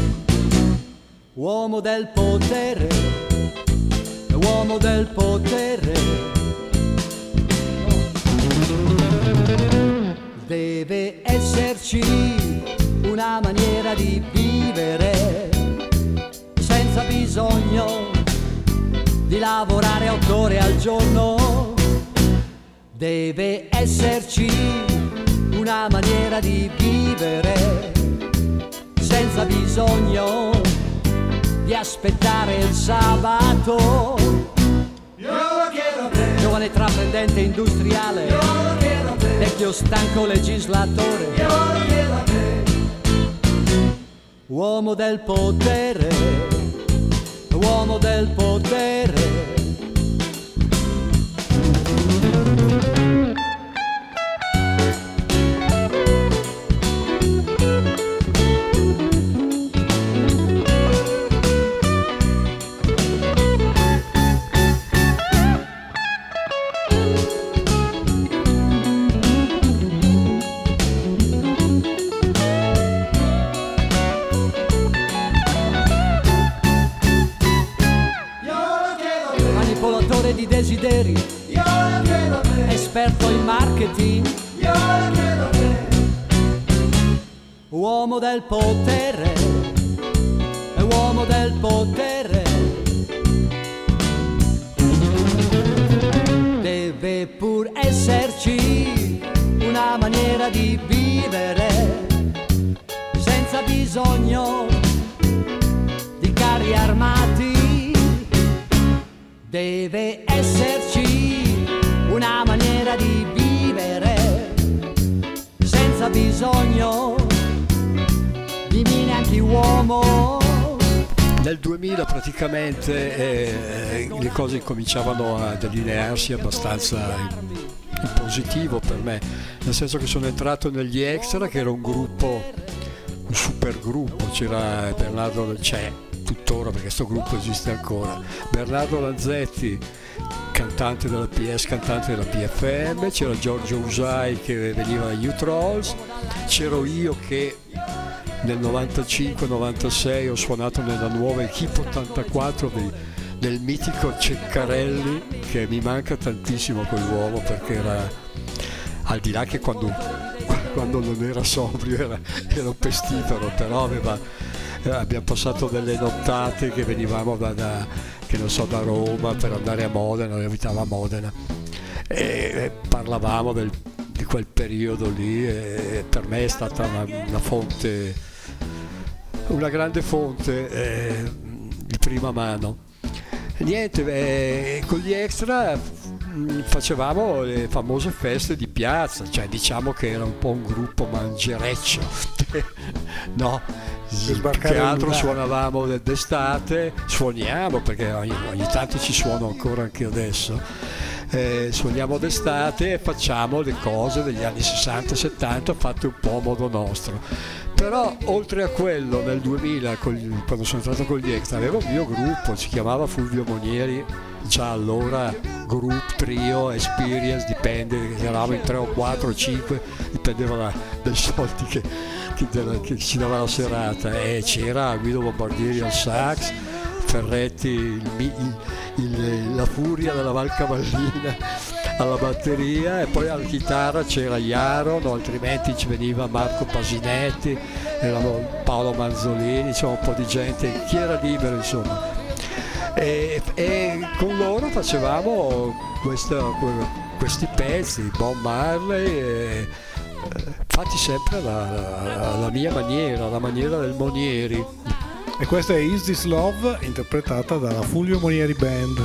uomo del potere, uomo del potere. Deve esserci una maniera di vivere senza bisogno di lavorare 8 ore al giorno. Deve esserci una maniera di vivere senza bisogno di aspettare il sabato. io lo chiedo a te, Giovane intraprendente industriale, io lo chiedo a te, vecchio stanco legislatore, io lo chiedo a te, uomo del potere, uomo del potere. Manipolatore di desideri, io lo chiedo a te, esperto in marketing, io lo chiedo a te, uomo del potere, uomo del potere. Deve pur esserci una maniera di vivere senza bisogno di carri armati. Deve esserci una maniera di vivere senza bisogno di mine anti-uomo. Nel 2000 praticamente le cose incominciavano a delinearsi abbastanza in positivo per me, nel senso che sono entrato negli Extra, che era un gruppo, un super gruppo. C'era Bernardo, c'è tuttora perché questo gruppo esiste ancora, Bernardo Lanzetti, cantante della PS, cantante della PFM, c'era Giorgio Usai che veniva da Youth Rolls, c'ero io che nel 95-96 ho suonato nella nuova Equipe 84 del mitico Ceccarelli, che mi manca tantissimo quell'uomo, perché era, al di là che quando non era sobrio era un pestifero, però abbiamo passato delle nottate che venivamo da Roma per andare a Modena, noi abitavamo a Modena, e parlavamo di quel periodo lì, e per me è stata una fonte, una grande fonte di prima mano. Niente, con gli Extra facevamo le famose feste di piazza, cioè diciamo che era un po' un gruppo mangereccio, no? Che altro suonavamo d'estate, suoniamo perché ogni tanto ci suono ancora anche adesso, suoniamo d'estate e facciamo le cose degli anni 60-70 fatte un po' a modo nostro. Però oltre a quello, nel 2000 quando sono entrato con gli Extra avevo il mio gruppo, si chiamava Fulvio Monieri, già allora group, trio, experience, dipende, eravamo in 3 o 4 o 5, dipendeva dai soldi che ci dava la serata, e c'era Guido Bombardieri al sax, Ferretti, la furia della Valcavallina alla batteria, e poi alla chitarra c'era Iaron, altrimenti ci veniva Marco Pasinetti, Paolo Manzolini, insomma un po' di gente, chi era libero insomma, e con loro facevamo questi pezzi, Bob Marley, fatti sempre alla mia maniera, la maniera del Monieri. E questa è Is This Love, interpretata dalla Fulvio Monieri Band.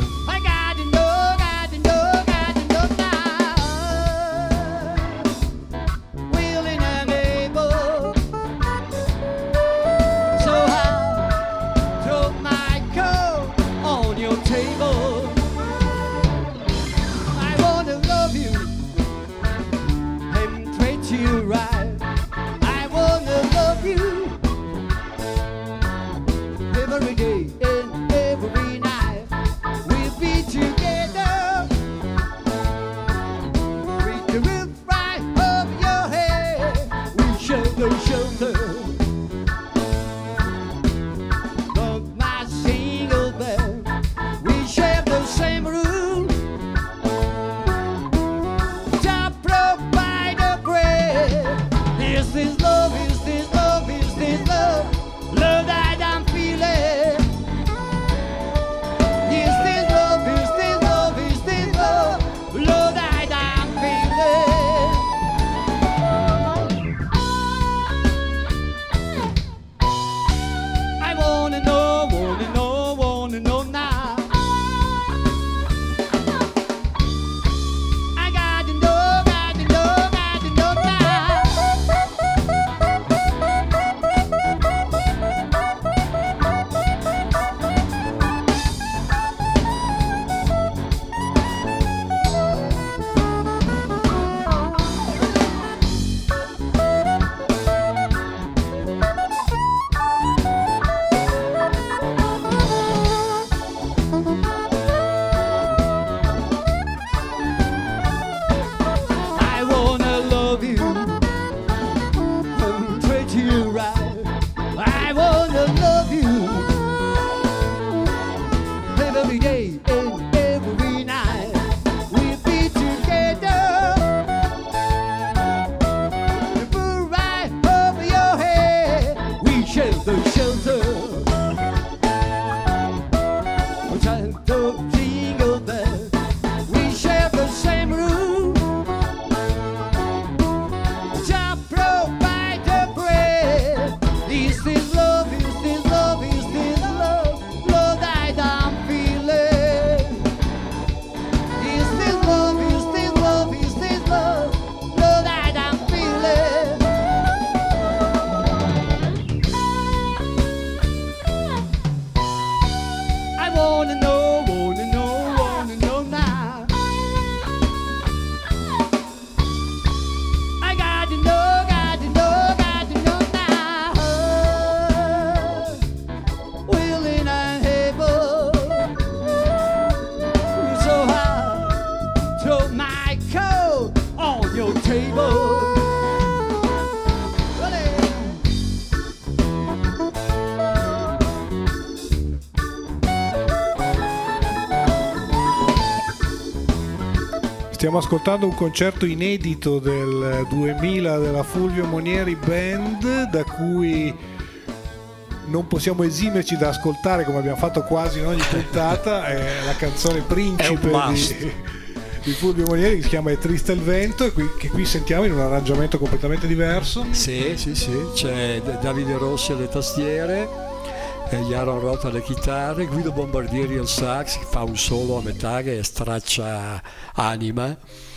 Every day and every night we'll be neighbor. Stiamo ascoltando un concerto inedito del 2000 della Fulvio Monieri Band, da cui non possiamo esimerci da ascoltare, come abbiamo fatto quasi in ogni puntata, la canzone principe di Fulvio Monieri, che si chiama È triste il vento, e che qui sentiamo in un arrangiamento completamente diverso. Sì, c'è Davide Rossi alle tastiere, Jaron Roth alle chitarre, Guido Bombardieri al sax, che fa un solo a metà che straccia anima,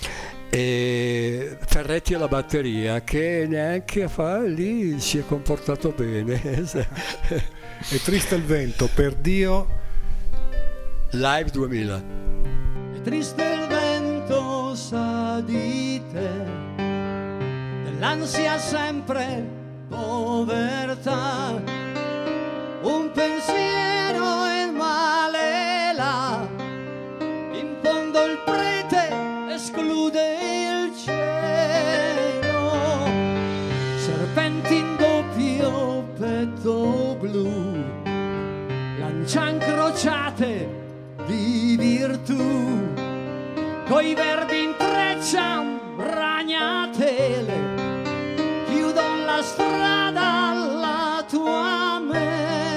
e Ferretti alla batteria, che neanche a fare lì si è comportato bene. È triste il vento, per Dio. Live 2000. È triste il vento, sa di te, dell'ansia sempre povertà. Un pensiero e il male là, in fondo il prete esclude il cielo, serpenti in doppio petto blu, lancia incrociate di virtù, coi verbi intreccian ragnatele, chiudon la strada alla tua mente.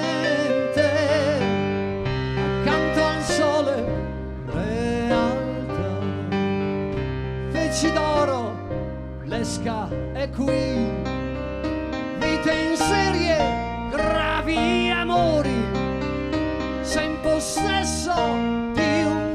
D'oro, l'esca è qui, vite in serie, gravi amori, sei in possesso di un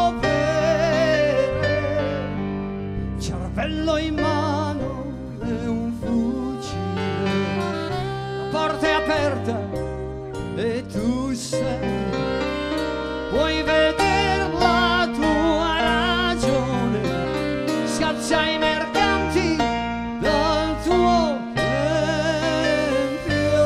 dovere, cervello in mano e un fucile, la porta è aperta e tu sei, puoi vedere la tua ragione, scaccia i mercanti dal tuo tempio.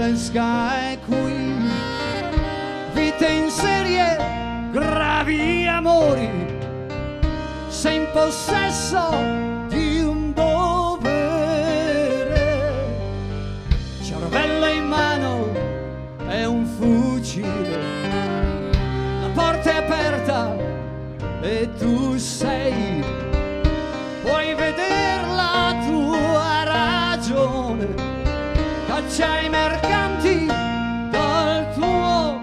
Sky Queen, vite in serie, gravi amori, sei in possesso di un dovere, cervello in mano è un fucile, la porta è aperta e tu sei, puoi vedere la tua ragione, caccia i mercanti dal tuo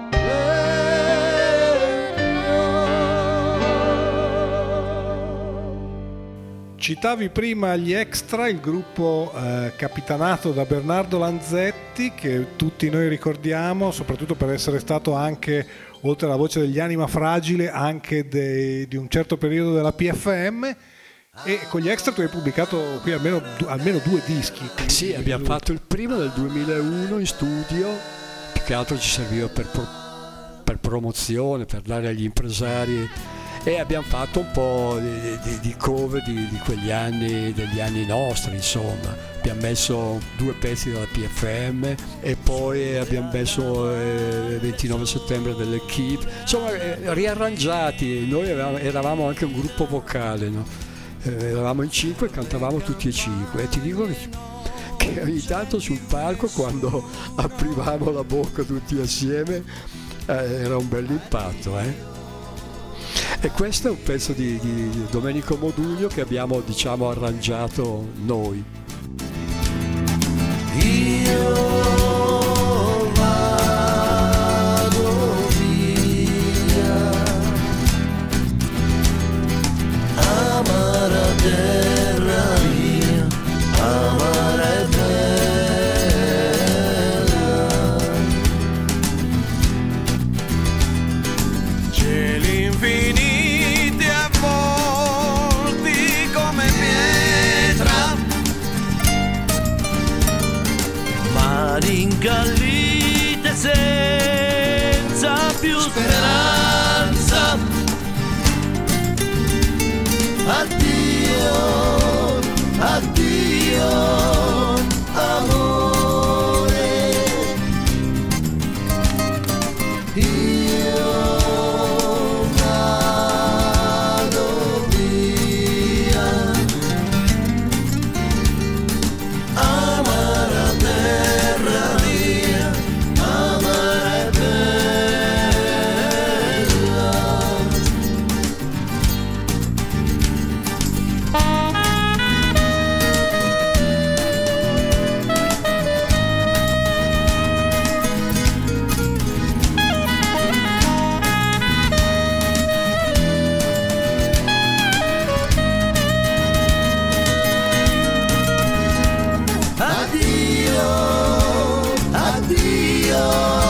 Citavi prima gli Extra, il gruppo capitanato da Bernardo Lanzetti, che tutti noi ricordiamo soprattutto per essere stato anche, oltre alla voce degli Anima Fragile, anche di un certo periodo della PFM. E con gli Extra tu hai pubblicato qui almeno 2 dischi. Sì, abbiamo fatto il primo nel 2001 in studio, più che altro ci serviva per promozione, per dare agli impresari, e abbiamo fatto un po' di cover di quegli anni, degli anni nostri, insomma. Abbiamo messo 2 pezzi della PFM e poi abbiamo messo 29 settembre delle Keep, insomma riarrangiati. Noi eravamo anche un gruppo vocale, no? Eravamo in 5 e cantavamo tutti e 5, e ti dico che ogni tanto sul palco, quando aprivamo la bocca tutti assieme, era un bel impatto, E questo è un pezzo di Domenico Modugno che abbiamo, diciamo, arrangiato noi. Io vado via, amara terra mia, amara e bella, cieli infiniti avvolti come pietra, mani incallite senza più speranza. Addio, addio, amore. Io vado via, amara terra mia, amara e bella. Addio, addio,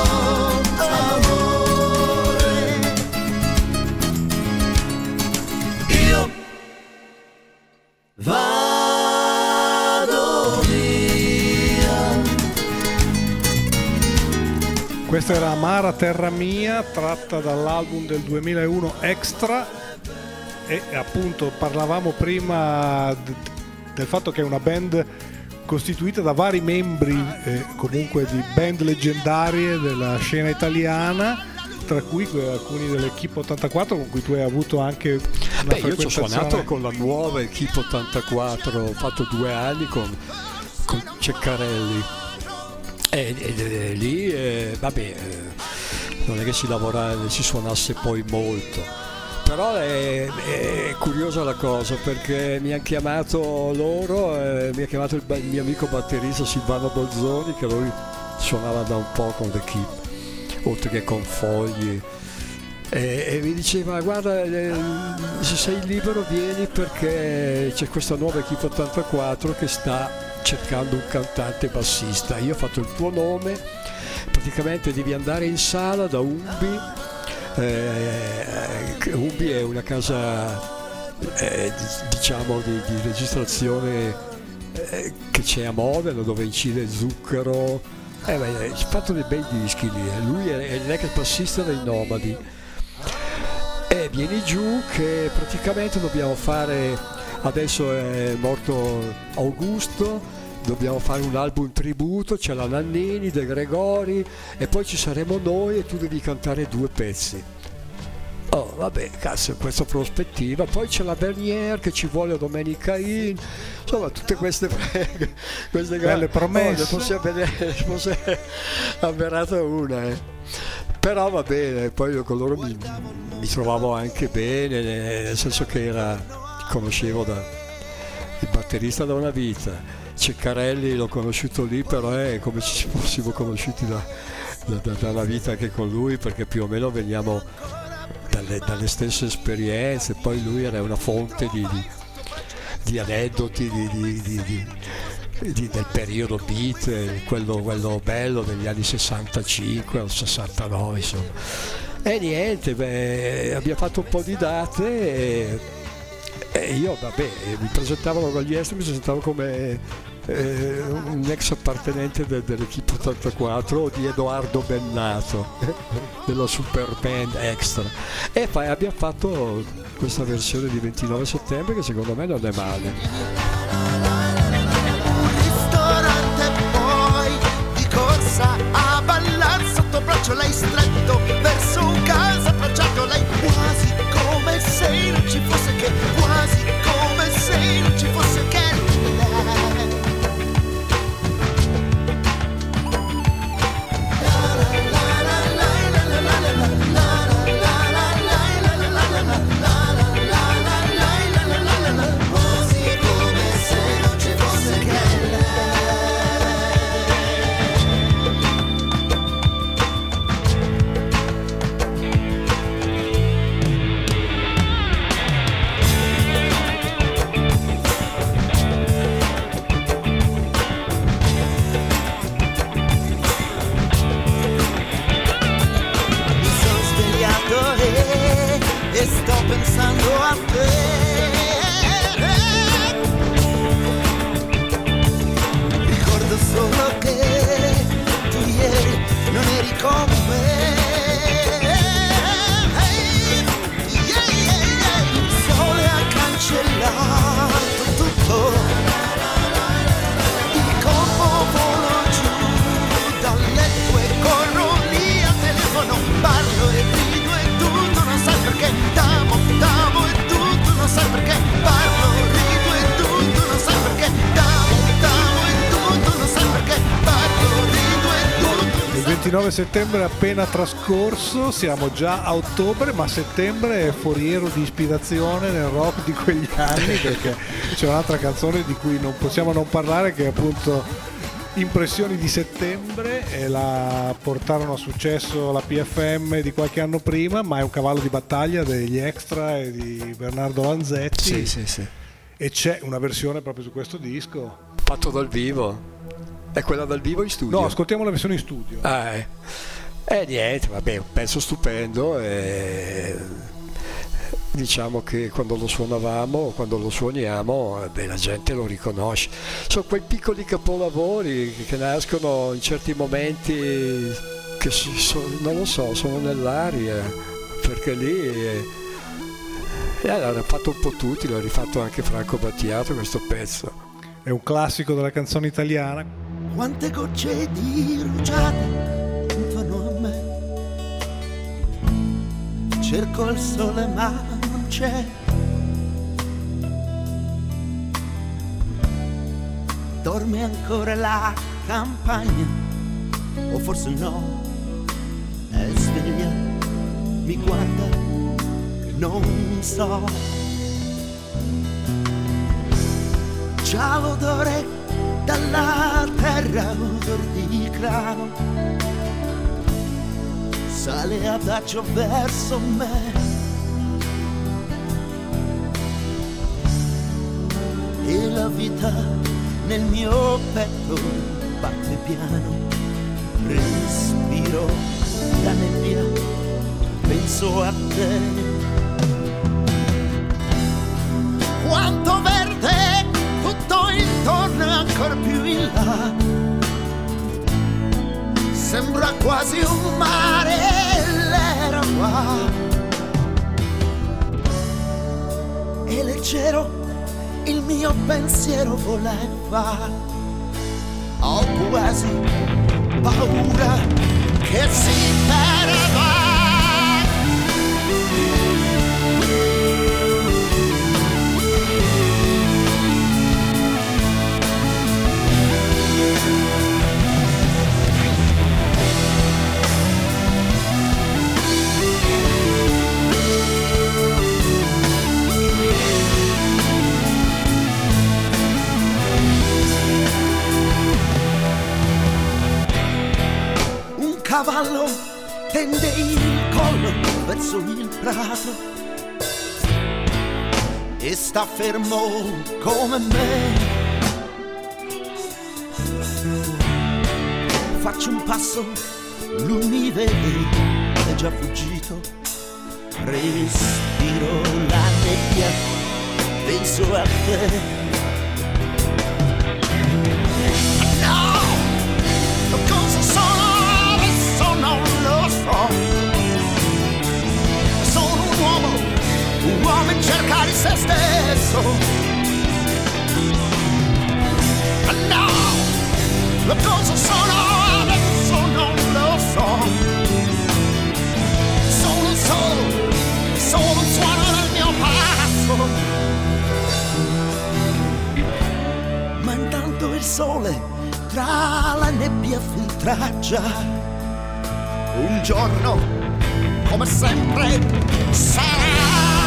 amore. Io vado via. Questa era Amara Terra Mia, tratta dall'album del 2001 Extra, e appunto parlavamo prima del fatto che è una band costituita da vari membri comunque di band leggendarie della scena italiana, tra cui alcuni dell'Equipe 84 con cui tu hai avuto anche una Io ci ho frequentazione. suonato con la nuova Equipe 84, ho fatto 2 anni con Ceccarelli, e lì non è che si suonasse poi molto, però è curiosa la cosa, perché mi ha chiamato loro, mi ha chiamato il mio amico batterista Silvano Bolzoni, che lui suonava da un po' con l'Equipe, oltre che con Fogli, e mi diceva: guarda, se sei libero vieni, perché c'è questa nuova Equipe 84 che sta cercando un cantante bassista. Io ho fatto il tuo nome, praticamente devi andare in sala da Umbi. Umbi è una casa diciamo di registrazione che c'è a Modena, dove incide Zucchero, ci ha fatto dei bei dischi lì, lui è l'ex bassista dei Nomadi, e vieni giù che praticamente dobbiamo fare, adesso è morto Augusto, dobbiamo fare un album tributo, c'è la Nannini, De Gregori e poi ci saremo noi e tu devi cantare 2 pezzi. Oh vabbè, cazzo, questa prospettiva. Poi c'è la Bernier che ci vuole, Domenica In, insomma tutte queste belle promesse. Fosse avverato una Però va bene, poi io con loro mi trovavo anche bene, nel senso che conoscevo il batterista da una vita, Ceccarelli l'ho conosciuto lì, però è come se ci fossimo conosciuti da una vita anche con lui, perché più o meno veniamo dalle stesse esperienze. Poi lui era una fonte di aneddoti del periodo beat, quello bello degli anni 65 o 69 insomma. E niente, abbiamo fatto un po' di date e io mi presentavano con gli esteri, mi presentavo come un ex appartenente dell'Equipe 84 o di Edoardo Bennato della Super Band Extra, e poi abbiamo fatto questa versione di 29 settembre che secondo me non è male. Un ristorante poi di corsa a ballar sotto braccio l'hai stretto verso un casa abbracciato, lei quasi come se non ci fosse che, quasi come se non ci fosse che lei. E sto pensando a te. Ricordo solo che tu ieri non eri con me. Il sole ha cancellato tutto. Il corpo volo giù dal letto e corro lì al telefono. Parlo e rido e tutto non sai perché. Damo e tutto non sai perché. Parlo, rido e tutto non sai perché. Damo e tutto non sai perché. Parlo, rido e tutto. Il 29 settembre è appena trascorso, siamo già a ottobre, ma settembre è foriero di ispirazione nel rock di quegli anni, perché c'è un'altra canzone di cui non possiamo non parlare, che è appunto Impressioni di settembre, e la portarono a successo la PFM di qualche anno prima, ma è un cavallo di battaglia degli Extra e di Bernardo Lanzetti. Sì. E c'è una versione proprio su questo disco Fatto dal vivo. È quella dal vivo in studio? No, ascoltiamo la versione in studio. Niente, vabbè, un pezzo stupendo diciamo che quando lo suonavamo, quando lo suoniamo, la gente lo riconosce. Sono quei piccoli capolavori che nascono in certi momenti che non lo so, sono nell'aria, perché lì l'hanno fatto un po' tutti, l'ha rifatto anche Franco Battiato questo pezzo. È un classico della canzone italiana. Quante gocce di rugiada intorno a me. Cerco il sole ma non c'è. Dorme ancora la campagna, o forse no, è sveglia, mi guarda, non so. Già l'odore dalla terra, odor di grano, sale adagio verso me. E la vita nel mio petto batte piano, respiro la nebbia, penso a te. Quanto verde tutto intorno e ancora più in là, sembra quasi un mare l'erba, e leggero il mio pensiero voleva, ho quasi paura che si perda. Cavallo tende il collo verso il prato e sta fermo come me. Faccio un passo, lui mi vede, è già fuggito. Respiro la nebbia, penso a te. Sono un uomo in cerca di se stesso. No, cosa sono adesso non lo so. Sono un suono del mio passo. Ma intanto il sole tra la nebbia filtraggia. Un giorno, come sempre, sarà.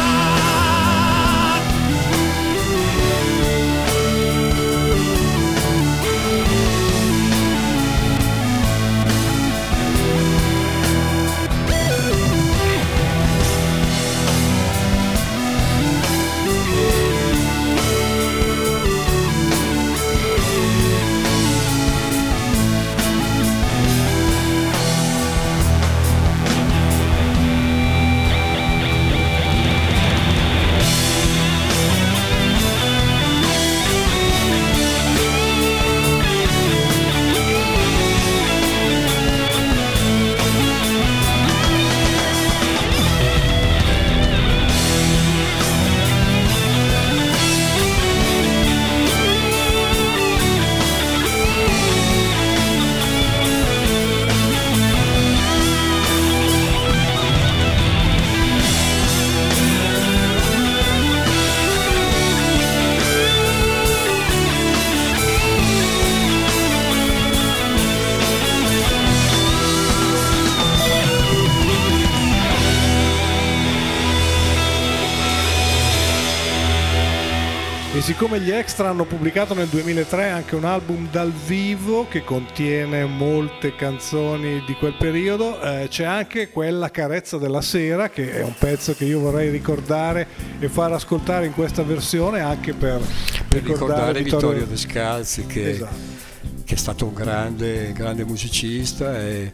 Siccome gli Extra hanno pubblicato nel 2003 anche un album dal vivo che contiene molte canzoni di quel periodo, c'è anche quella Carezza della sera, che è un pezzo che io vorrei ricordare e far ascoltare in questa versione, anche per ricordare Vittorio Descalzi, che, esatto, che è stato un grande musicista e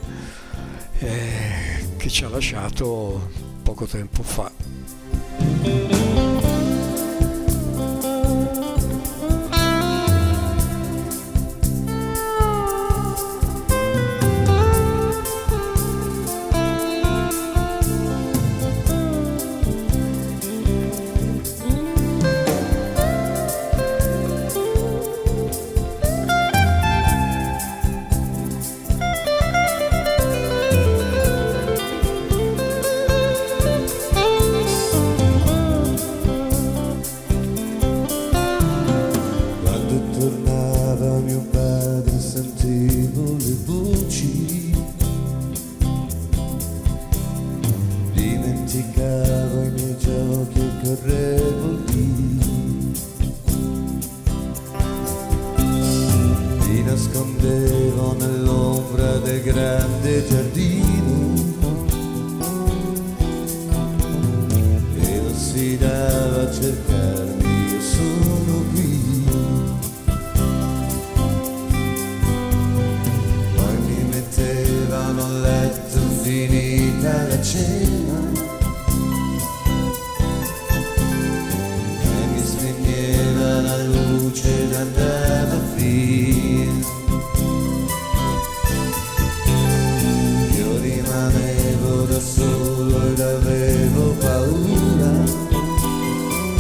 che ci ha lasciato poco tempo fa.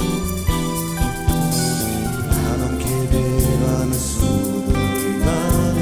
Ma non chiedeva a nessuno, rimane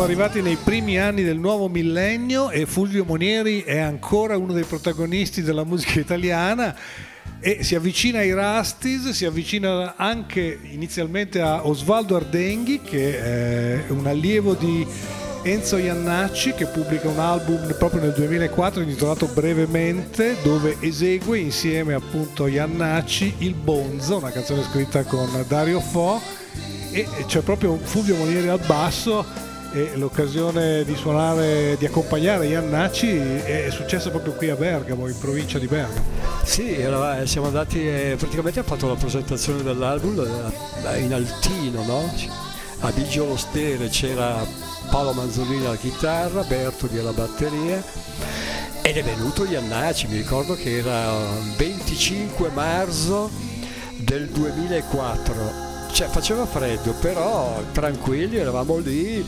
arrivati nei primi anni del nuovo millennio e Fulvio Monieri è ancora uno dei protagonisti della musica italiana e si avvicina ai Rastis, si avvicina anche inizialmente a Osvaldo Ardenghi, che è un allievo di Enzo Jannacci, che pubblica un album proprio nel 2004 intitolato Brevemente, dove esegue insieme appunto a Jannacci Il Bonzo, una canzone scritta con Dario Fo, e c'è proprio Fulvio Monieri al basso, e l'occasione di suonare, di accompagnare Jannacci è successa proprio qui a Bergamo, in provincia di Bergamo. Sì, siamo andati, praticamente ha fatto la presentazione dell'album in altino, no? A Biggio lo Stere c'era Paolo Manzolini alla chitarra, Bertoli alla batteria, ed è venuto Jannacci. Mi ricordo che era 25 marzo del 2004, cioè faceva freddo, però tranquilli, eravamo lì,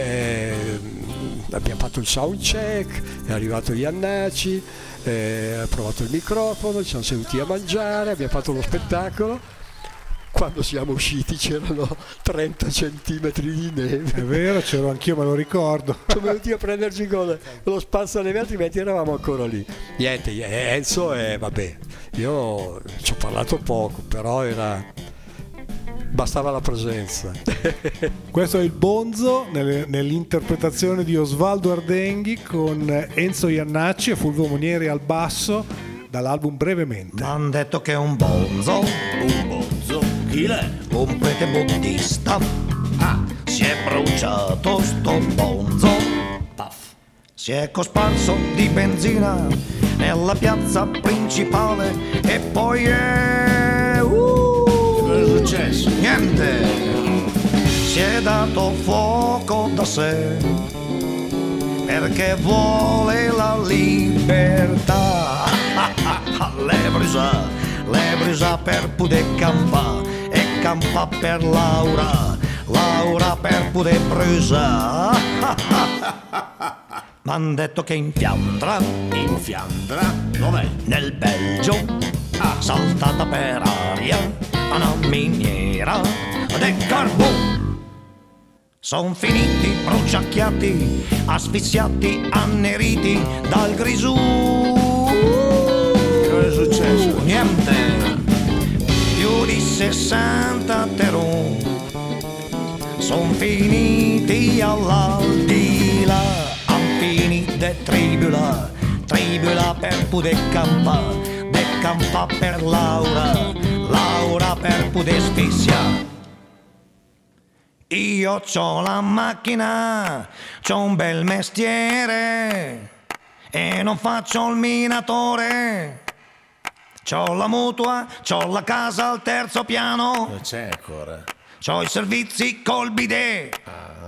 abbiamo fatto il sound check, è arrivato Jannacci, ha provato il microfono, ci siamo seduti a mangiare, abbiamo fatto lo spettacolo. Quando siamo usciti c'erano 30 centimetri di neve. È vero, c'ero anch'io, me lo ricordo. Siamo venuti a prenderci con lo spazzaneve, altrimenti eravamo ancora lì. Niente, Enzo, vabbè, io ci ho parlato poco, però bastava la presenza. Questo è il Bonzo nell'interpretazione di Osvaldo Ardenghi con Enzo Jannacci e Fulvio Monieri al basso, dall'album Brevemente. M'han detto che è un bonzo. Un bonzo? Chi l'è? Un prete buddista. Si è bruciato sto bonzo. Paf. Si è cosparso di benzina nella piazza principale e poi è... Cosa è successo? Niente. Si è dato fuoco da sé perché vuole la libertà. Le brusa per poter campare e campa per Laura per poter bruciare. M'han detto che in Fiandra, Dov'è? nel Belgio, saltata per aria una miniera del carbone. Son finiti bruciacchiati, asfissiati, anneriti dal grisù. Cosa è successo? Niente, più di 60 terroni son finiti all'aldilà. Han finito tribula per poter campare, de campa per Laura per poter sfissiare. Io c'ho la macchina, c'ho un bel mestiere e non faccio il minatore. C'ho la mutua, c'ho la casa al terzo piano. Non c'è ancora. C'ho i servizi col bidet.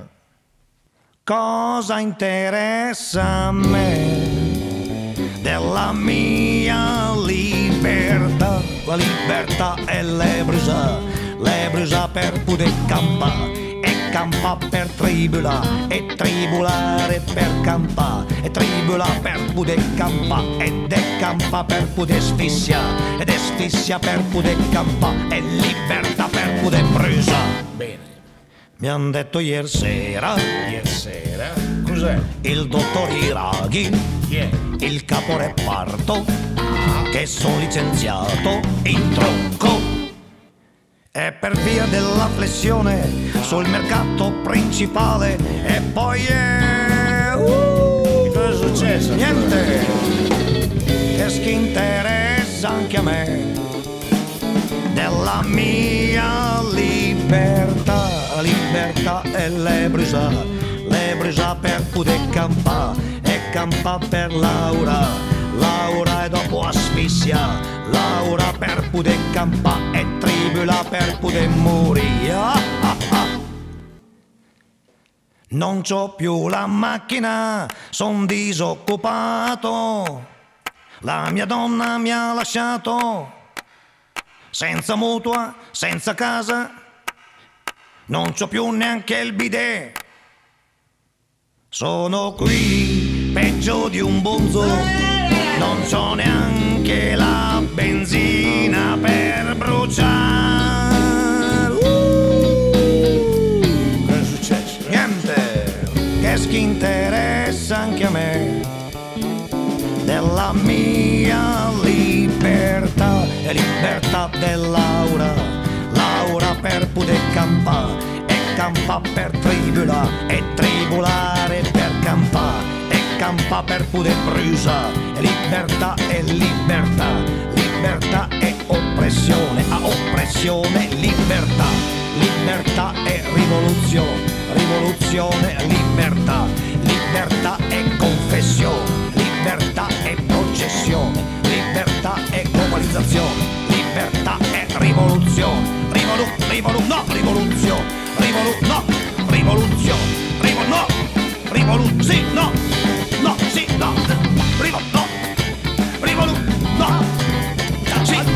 Cosa interessa a me della mia libertà? La libertà è le brusa per poter campare. E campa per tribula, e tribulare per campa, e tribula per poter campa, ed è campa per poter sfissia, ed è sfissia per poter campa, e libertà per poter brusa. Bene. Mi han detto ieri sera, Cos'è? il dottor Iraghi, Chi è? il caporeparto, che sono licenziato in tronco. E per via della flessione sul mercato principale e poi è... Cosa è successo? Niente, che schi interessa anche a me della mia libertà. La libertà è le brusa per poter campare e campa per Laura e dopo asfissia, Laura per poter campare e tribula per poter morire. Non c'ho più la macchina, son disoccupato. La mia donna mi ha lasciato, senza mutua, senza casa. Non c'ho più neanche il bidet. Sono qui, peggio di un bonzo. Non c'ho neanche la benzina per bruciare. Cosa è successo? Niente. interessa anche a me della mia libertà, e libertà dell'Aura, Laura per poter campà, e campà per tribula, e tribulare per campà, e campà per poter brusa, e libertà è libertà, libertà è oppressione, a oppressione libertà, libertà è rivoluzione, rivoluzione libertà, libertà è confessione, libertà è processione, libertà è globalizzazione, libertà è rivoluzione, no, rivoluzione, no, rivoluzione, no, sì, no, no, sì, no, no, sì,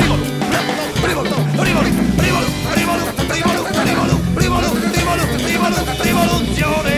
no, rivoluzione.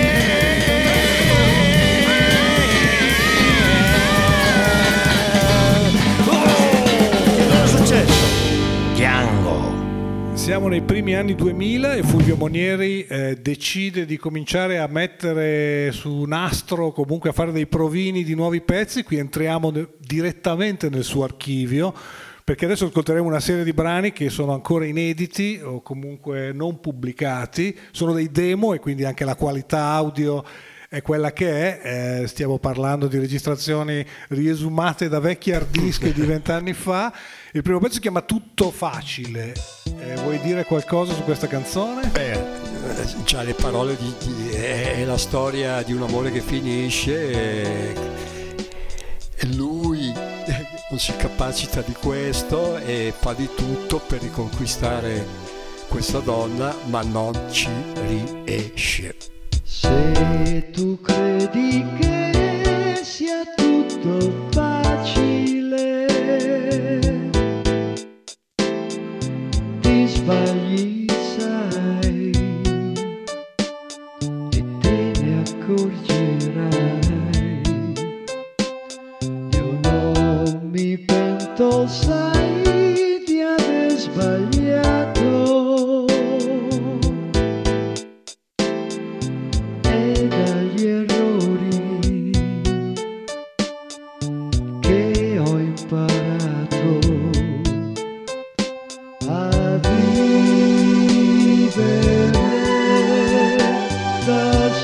Siamo nei primi anni 2000 e Fulvio Monieri decide di cominciare a mettere su nastro, comunque a fare dei provini di nuovi pezzi. Qui entriamo direttamente nel suo archivio, perché adesso ascolteremo una serie di brani che sono ancora inediti o comunque non pubblicati, sono dei demo e quindi anche la qualità audio è quella che è. Stiamo parlando di registrazioni riesumate da vecchi hard disk di 20 anni fa. Il primo pezzo si chiama Tutto Facile. Vuoi dire qualcosa su questa canzone? Già le parole è la storia di un amore che finisce e lui non si capacita di questo e fa di tutto per riconquistare questa donna, ma non ci riesce. Se tu credi che sia tutto facile, ti sbagli, sai, e te ne accorgerai. Io non mi pento, sai, di aver sbagliato. E dagli errori che ho imparato a vivere da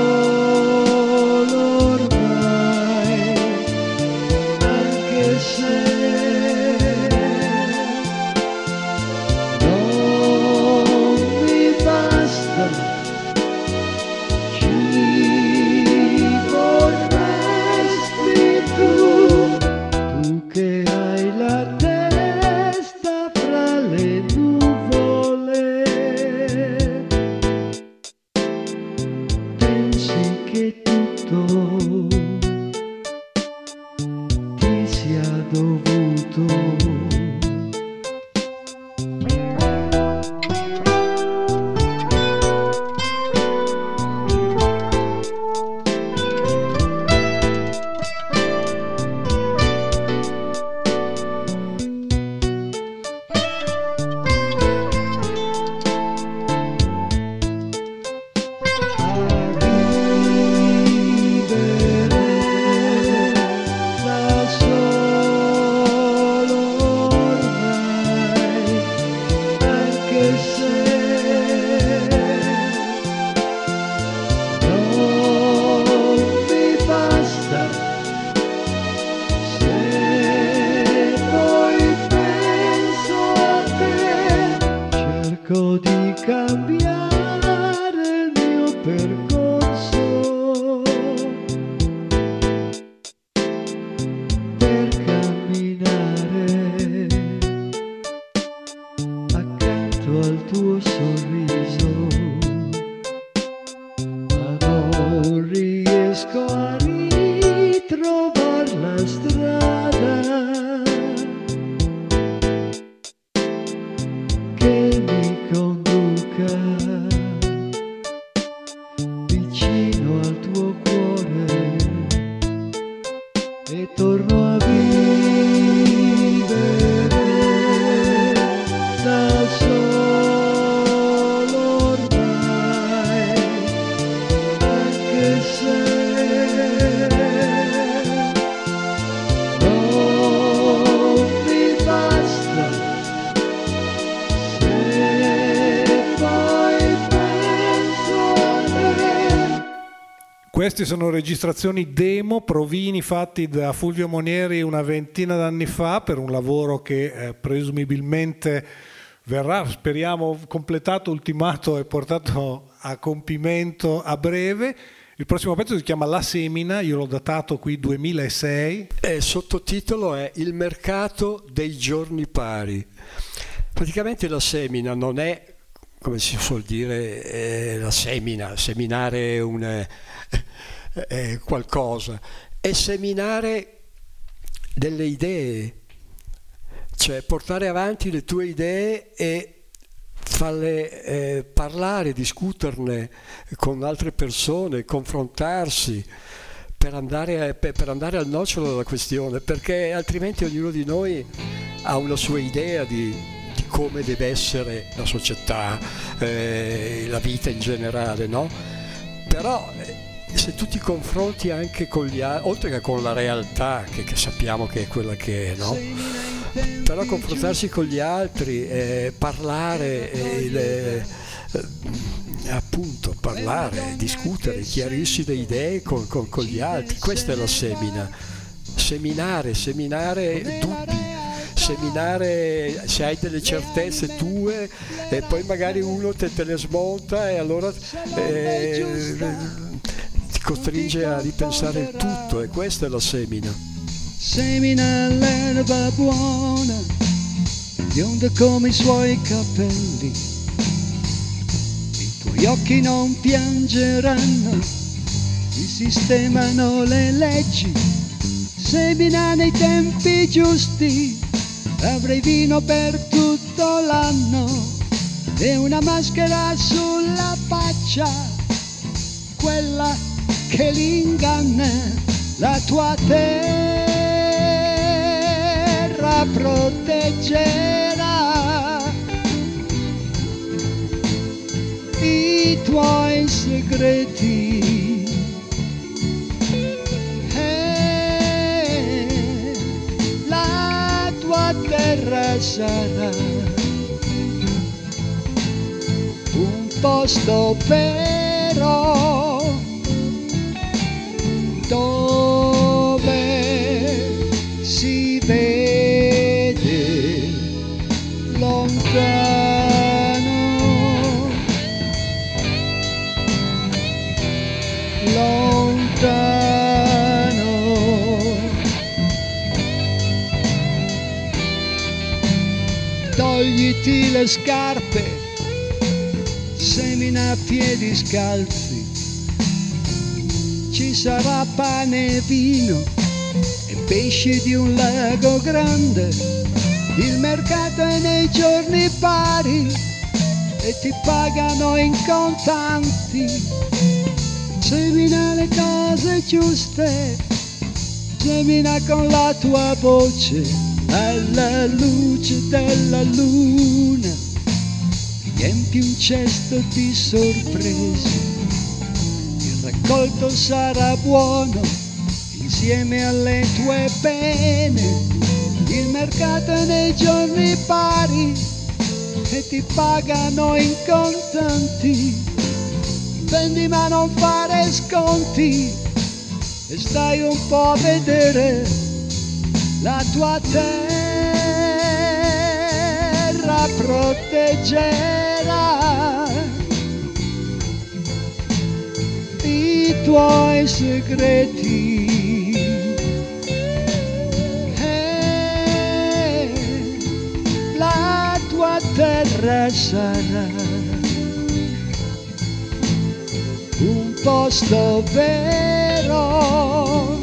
solo ormai, anche se non mi basta, ci vorresti tu che hai la testa fra le nuvole, pensi che tutto ti sia dovuto. Da solo ormai, anche se non mi basta, se poi penso a te, cerco di cambiare il mio percorso per camminare accanto al tuo sorriso, ma non riesco a ritrovare la strada che mi conduca vicino al tuo cuore, e torno a vivere da solo ormai, anche se Queste sono registrazioni demo, provini fatti da Fulvio Monieri una ventina d'anni fa per un lavoro che presumibilmente verrà, speriamo, completato, ultimato e portato a compimento a breve. Il prossimo pezzo si chiama La Semina, io l'ho datato qui 2006. Il sottotitolo è Il mercato dei giorni pari. Praticamente la semina non è, come si suol dire, la semina, seminare qualcosa, è seminare delle idee, cioè portare avanti le tue idee e farle parlare, discuterne con altre persone, confrontarsi per andare al nocciolo della questione, perché altrimenti ognuno di noi ha una sua idea di come deve essere la società, la vita in generale, no? Però se tu ti confronti anche con gli altri, oltre che con la realtà che sappiamo che è quella che è, no? Però confrontarsi con gli altri, parlare, appunto parlare, discutere, chiarirsi le idee con gli altri, questa è la semina. Seminare dubbi, seminare se hai delle certezze tue e poi magari uno te le smonta e allora ti costringe a ripensare il tutto, e questa è la semina. Semina l'erba buona, bionda come i suoi capelli, i tuoi occhi non piangeranno, si sistemano le leggi. Semina nei tempi giusti, avrai vino per tutto l'anno e una maschera sulla faccia, quella che l'inganna, la tua terra proteggerà i tuoi segreti. La tua terra sarà un posto vero dove si vede lontano, lontano. Togliti le scarpe, semina a piedi scalzi, ci sarà pane e vino e pesci di un lago grande, il mercato è nei giorni pari e ti pagano in contanti. Semina le cose giuste, semina con la tua voce alla luce della luna, riempi un cesto di sorprese, il raccolto sarà buono insieme alle tue pene, il mercato è nei giorni pari e ti pagano in contanti. Vendi ma non fare sconti e stai un po' a vedere la tua terra proteggerà i tuoi segreti. La tua terra sarà un posto vero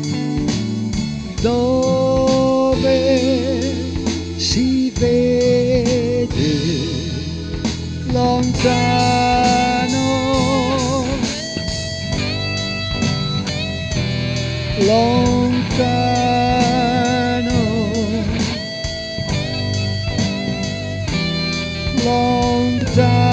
dove si vede lontano, lontano, lontano.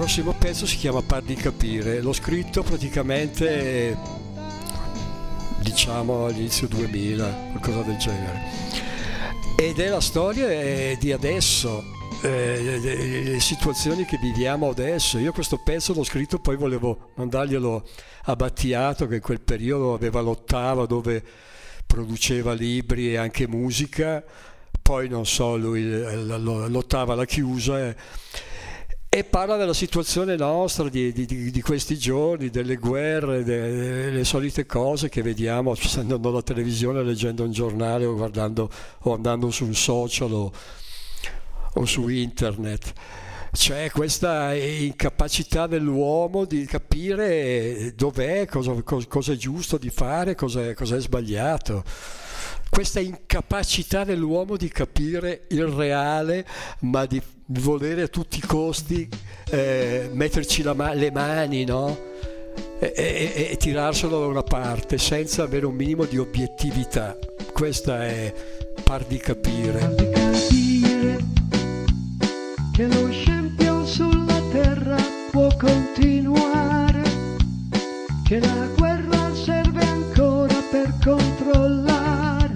prossimo pezzo si chiama Par di capire, l'ho scritto praticamente diciamo all'inizio 2000, qualcosa del genere, ed è la storia di adesso, le situazioni che viviamo adesso. Io questo pezzo l'ho scritto, poi volevo mandarglielo a Battiato, che in quel periodo aveva l'Ottava, dove produceva libri e anche musica, poi non so, lui l'Ottava l'ha chiusa, e parla della situazione nostra di questi giorni, delle guerre, delle solite cose che vediamo andando alla televisione, leggendo un giornale o guardando o andando su un social o su internet. C'è questa incapacità dell'uomo di capire dov'è, cosa è giusto di fare, cosa è sbagliato. Questa incapacità dell'uomo di capire il reale, ma di volere a tutti i costi metterci le mani, no? E tirarselo da una parte senza avere un minimo di obiettività. Questa è Par di capire. Par di capire che lo scempio sulla terra può continuare, che la guerra serve ancora per controllare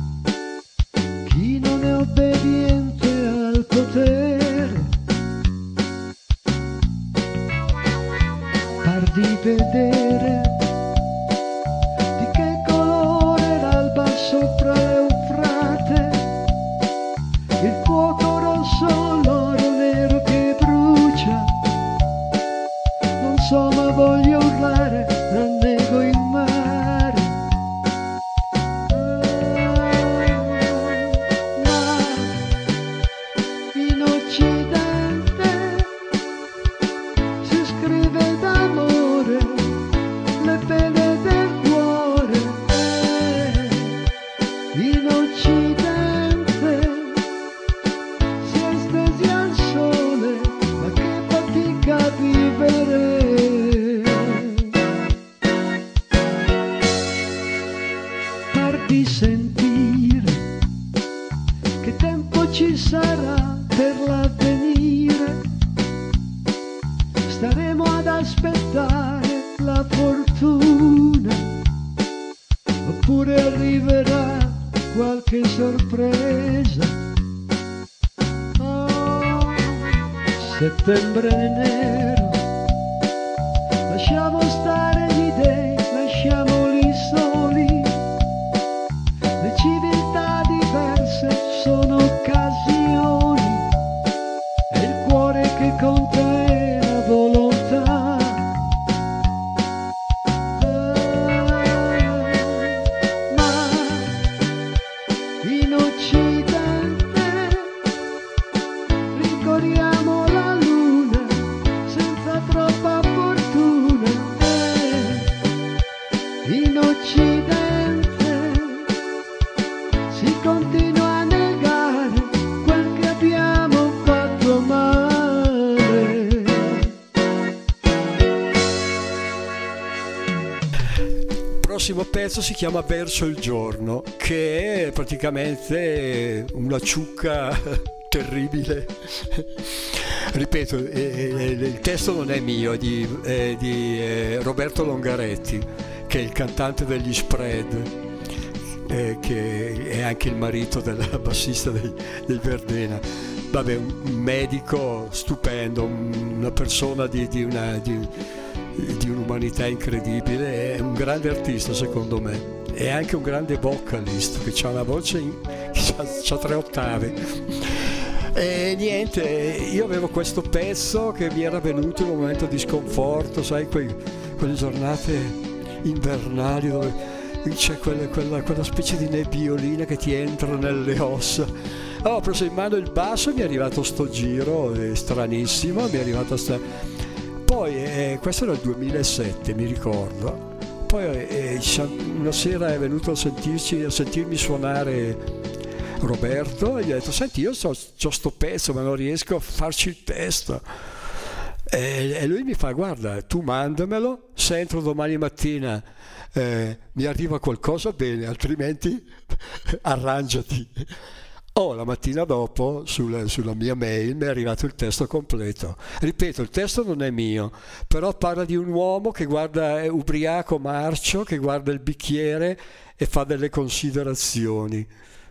chi non è obbediente al potere. Par di vedere di che colore era l'alba sopra l'Eufrate, il fuoco rosso, l'oro nero che brucia. Non so, ma voglio urlare, annego il mare. Ma in Occidente si scrive d'amore le pene del cuore. In Occidente si è stesi al sole, ma che fatica a vivere. Par di sentire che tempo ci sarà per l'avvenire. Staremo ad aspettare la fortuna, oppure arriverà qualche sorpresa. Oh, settembre nero, lasciamo stare gli dei, lasciamoli soli. Le civiltà diverse sono occasioni, e il cuore che conta è la volontà. Ma in Occidente rincorriamo la luna senza troppa fortuna. In Occidente si continua a negare quel che abbiamo fatto male. Il prossimo pezzo si chiama Verso il giorno, che è praticamente una ciucca terribile. Ripeto, il testo non è mio, è di Roberto Longaretti, che è il cantante degli Spread, che è anche il marito della bassista del Verdena. Vabbè, un medico stupendo, una persona di un'umanità incredibile, è un grande artista secondo me, è anche un grande vocalist che ha una voce che ha 3 ottave. E niente, io avevo questo pezzo che mi era venuto in un momento di sconforto, sai, quelle giornate invernali dove c'è quella specie di nebbiolina che ti entra nelle ossa. Allora ho preso in mano il basso e mi è arrivato sto giro stranissimo, mi è arrivato poi questo era il 2007, mi ricordo. Poi una sera è venuto a sentirmi suonare Roberto e gli ho detto: senti, io c'ho sto pezzo ma non riesco a farci il testo. E lui mi fa: guarda, tu mandamelo, se entro domani mattina mi arriva qualcosa bene, altrimenti arrangiati. La mattina dopo sulla mia mail mi è arrivato il testo completo. Ripeto, il testo non è mio, però parla di un uomo che guarda, è ubriaco, marcio, che guarda il bicchiere e fa delle considerazioni.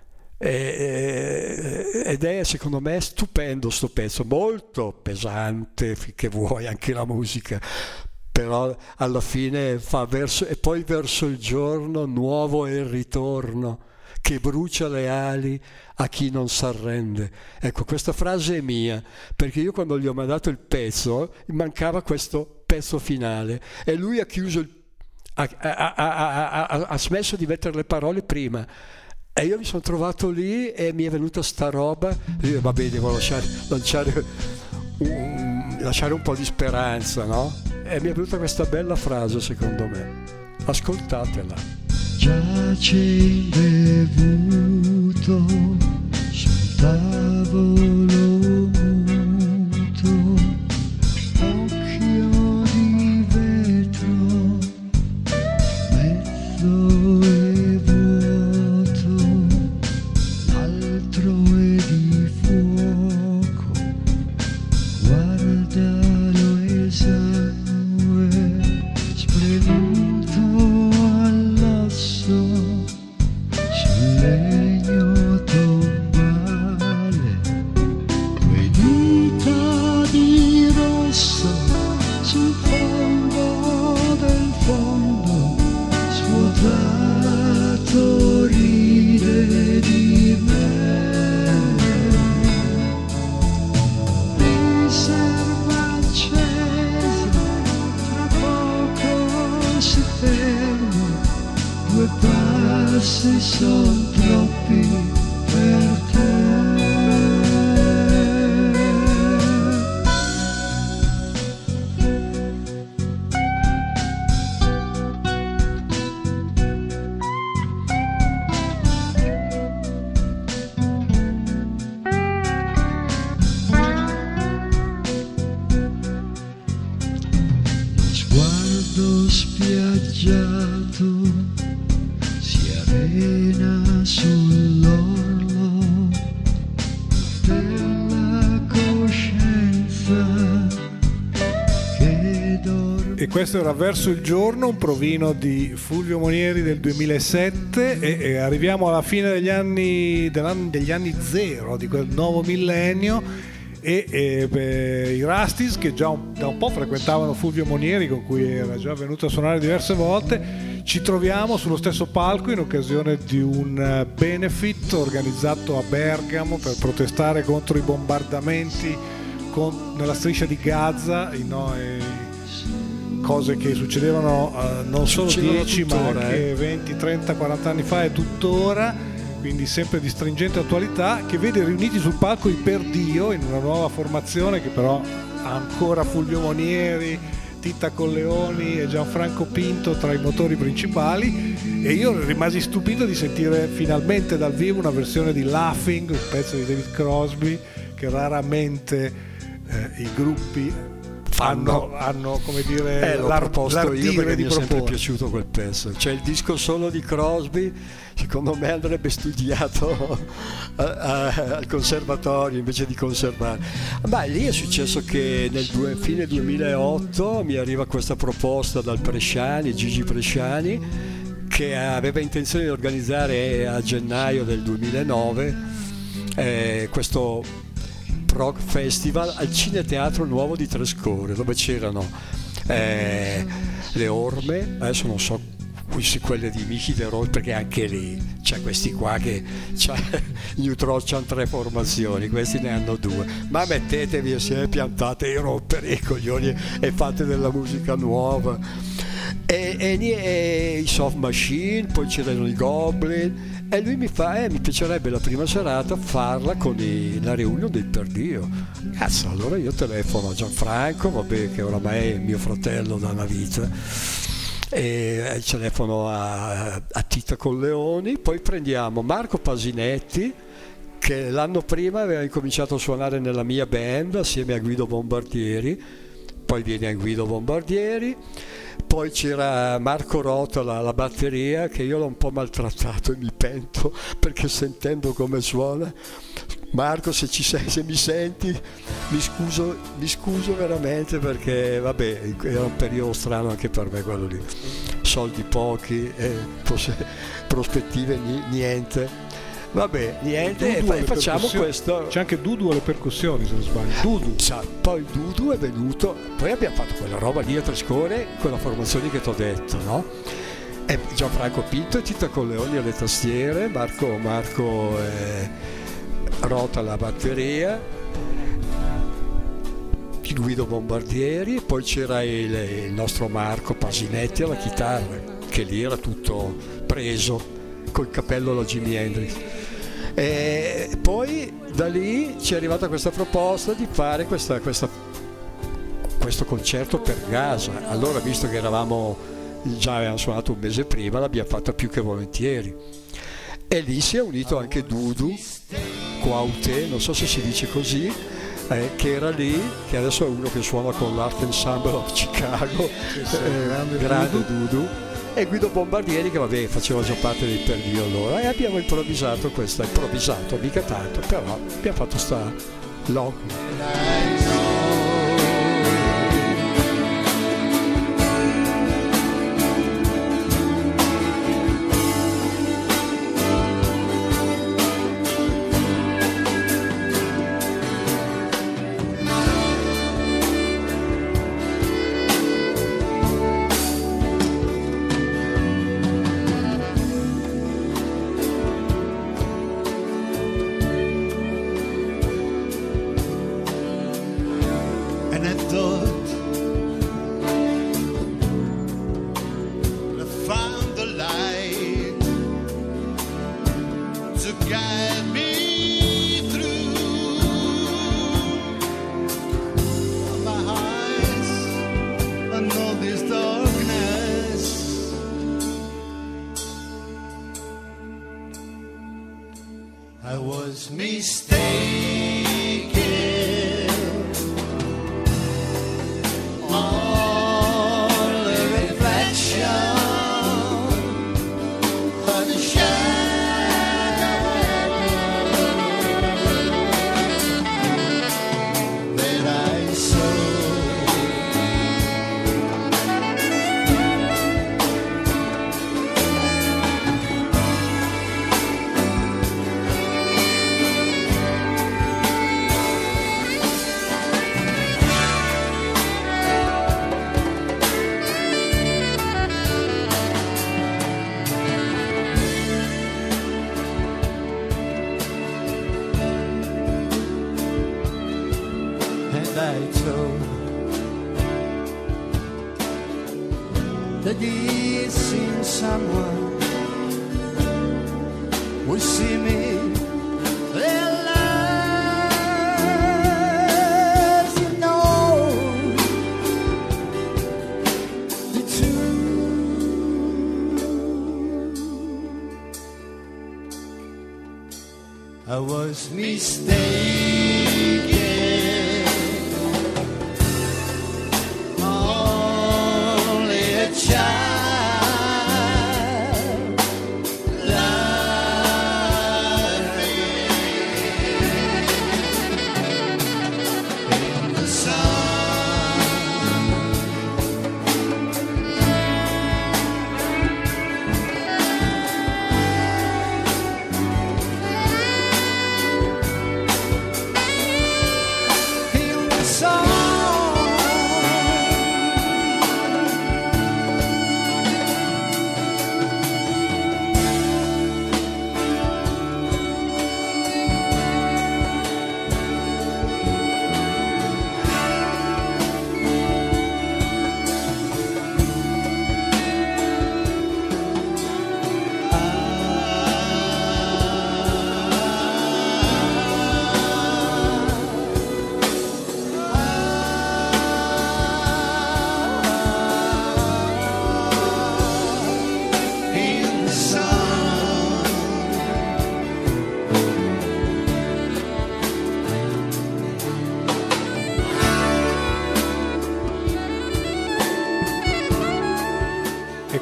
Ed è secondo me stupendo sto pezzo, molto pesante finché vuoi anche la musica, però alla fine fa verso, e poi verso il giorno nuovo è il ritorno che brucia le ali a chi non s'arrende. Ecco, questa frase è mia, perché io quando gli ho mandato il pezzo mancava questo pezzo finale e lui ha chiuso ha smesso di mettere le parole prima. E io mi sono trovato lì e mi è venuta sta roba, io, vabbè, devo lasciare un po' di speranza, no? E mi è venuta questa bella frase, secondo me. Ascoltatela. Giace imbevuto sul tavolo muto, occhio di vetro, mezzo di fuoco, guardalo esangue, spremuto all'osso, sul legno tombale, 2 dita di rosso, sul fondo del fondo, svuotato ride di me. Riserva accesa, tra poco si ferma, 2 passi son troppi per te. Spiaggiato si arena sull'orlo della coscienza che dorme. E questo era Verso il giorno, un provino di Fulvio Monieri del 2007 e arriviamo alla fine degli anni zero di quel nuovo millennio. I Rusties, che già da un po' frequentavano Fulvio Monieri, con cui era già venuto a suonare diverse volte, ci troviamo sullo stesso palco in occasione di un benefit organizzato a Bergamo per protestare contro i bombardamenti nella striscia di Gaza, cose che succedevano non solo 10 ma anche 20, 30, 40 anni fa e tuttora. Quindi sempre di stringente attualità, che vede riuniti sul palco i Perdio in una nuova formazione che però ha ancora Fulvio Monieri, Titta Colleoni e Gianfranco Pinto tra i motori principali, e io rimasi stupito di sentire finalmente dal vivo una versione di Laughing, un pezzo di David Crosby che raramente i gruppi hanno come dire l'ho proposto io perché mi è sempre proporre. Piaciuto quel pezzo, cioè il disco solo di Crosby secondo me andrebbe studiato al conservatorio invece di conservare. Ma lì è successo che nel fine 2008 mi arriva questa proposta dal Gigi Presciani, che aveva intenzione di organizzare a gennaio del 2009 questo Rock Festival al Cineteatro Nuovo di Trescore, dove c'erano le orme, adesso non so quelle di Michi De Rossi, perché anche lì c'è questi qua che Neutron c'hanno 3 formazioni, questi ne hanno 2, ma mettetevi assieme, piantate e rompere i coglioni e fate della musica nuova. E i Soft Machine, poi c'erano i Goblin, e lui mi fa mi piacerebbe la prima serata farla con la reunion dei Perdio. Cazzo, allora io telefono a Gianfranco, vabbè, che oramai è mio fratello da una vita, e telefono a Tita Colleoni, poi prendiamo Marco Pasinetti, che l'anno prima aveva incominciato a suonare nella mia band assieme a Guido Bombardieri, poi viene Guido Bombardieri, poi c'era Marco Rotola alla batteria, che io l'ho un po' maltrattato e mi pento, perché sentendo come suona, Marco, se mi senti, mi scuso veramente, perché vabbè, era un periodo strano anche per me quello lì, soldi pochi, prospettive niente. Vabbè, niente, e facciamo questo. C'è anche Dudu alle percussioni, se non sbaglio. Poi Dudu è venuto, poi abbiamo fatto quella roba lì a Trescore con la formazione che ti ho detto, no? E Gianfranco Pinto e Tito Colleoni alle tastiere, Marco Rota alla batteria, Guido Bombardieri, poi c'era il nostro Marco Pasinetti alla chitarra, che lì era tutto preso col cappello alla Jimi Hendrix. E poi da lì ci è arrivata questa proposta di fare questo concerto per Gaza. Allora, visto che già avevamo suonato un mese prima, l'abbiamo fatta più che volentieri, e lì si è unito anche Dudu Quaute, non so se si dice così, che era lì, che adesso è uno che suona con l'Art Ensemble of Chicago, grande Dudu, e Guido Bombardieri, che vabbè faceva già parte dei Perdio allora, e abbiamo improvvisato, mica tanto, però abbiamo fatto sta log. That you've seen someone will see me. Their lives, you know, the truth. I was mistaken.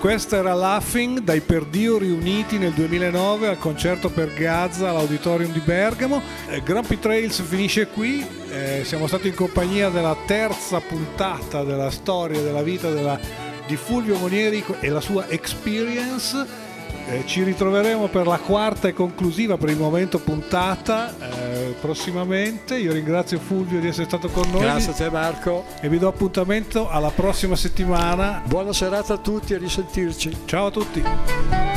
Questa era Laughing dai Per Dio riuniti nel 2009 al concerto per Gazza all'Auditorium di Bergamo. Grumpy Trails finisce qui, siamo stati in compagnia della terza puntata della storia della vita di Fulvio Monieri e la sua experience. Ci ritroveremo per la quarta e conclusiva per il momento puntata prossimamente. Io ringrazio Fulvio di essere stato con noi. Grazie a te Marco. E vi do appuntamento alla prossima settimana. Buona serata a tutti e a risentirci. Ciao a tutti.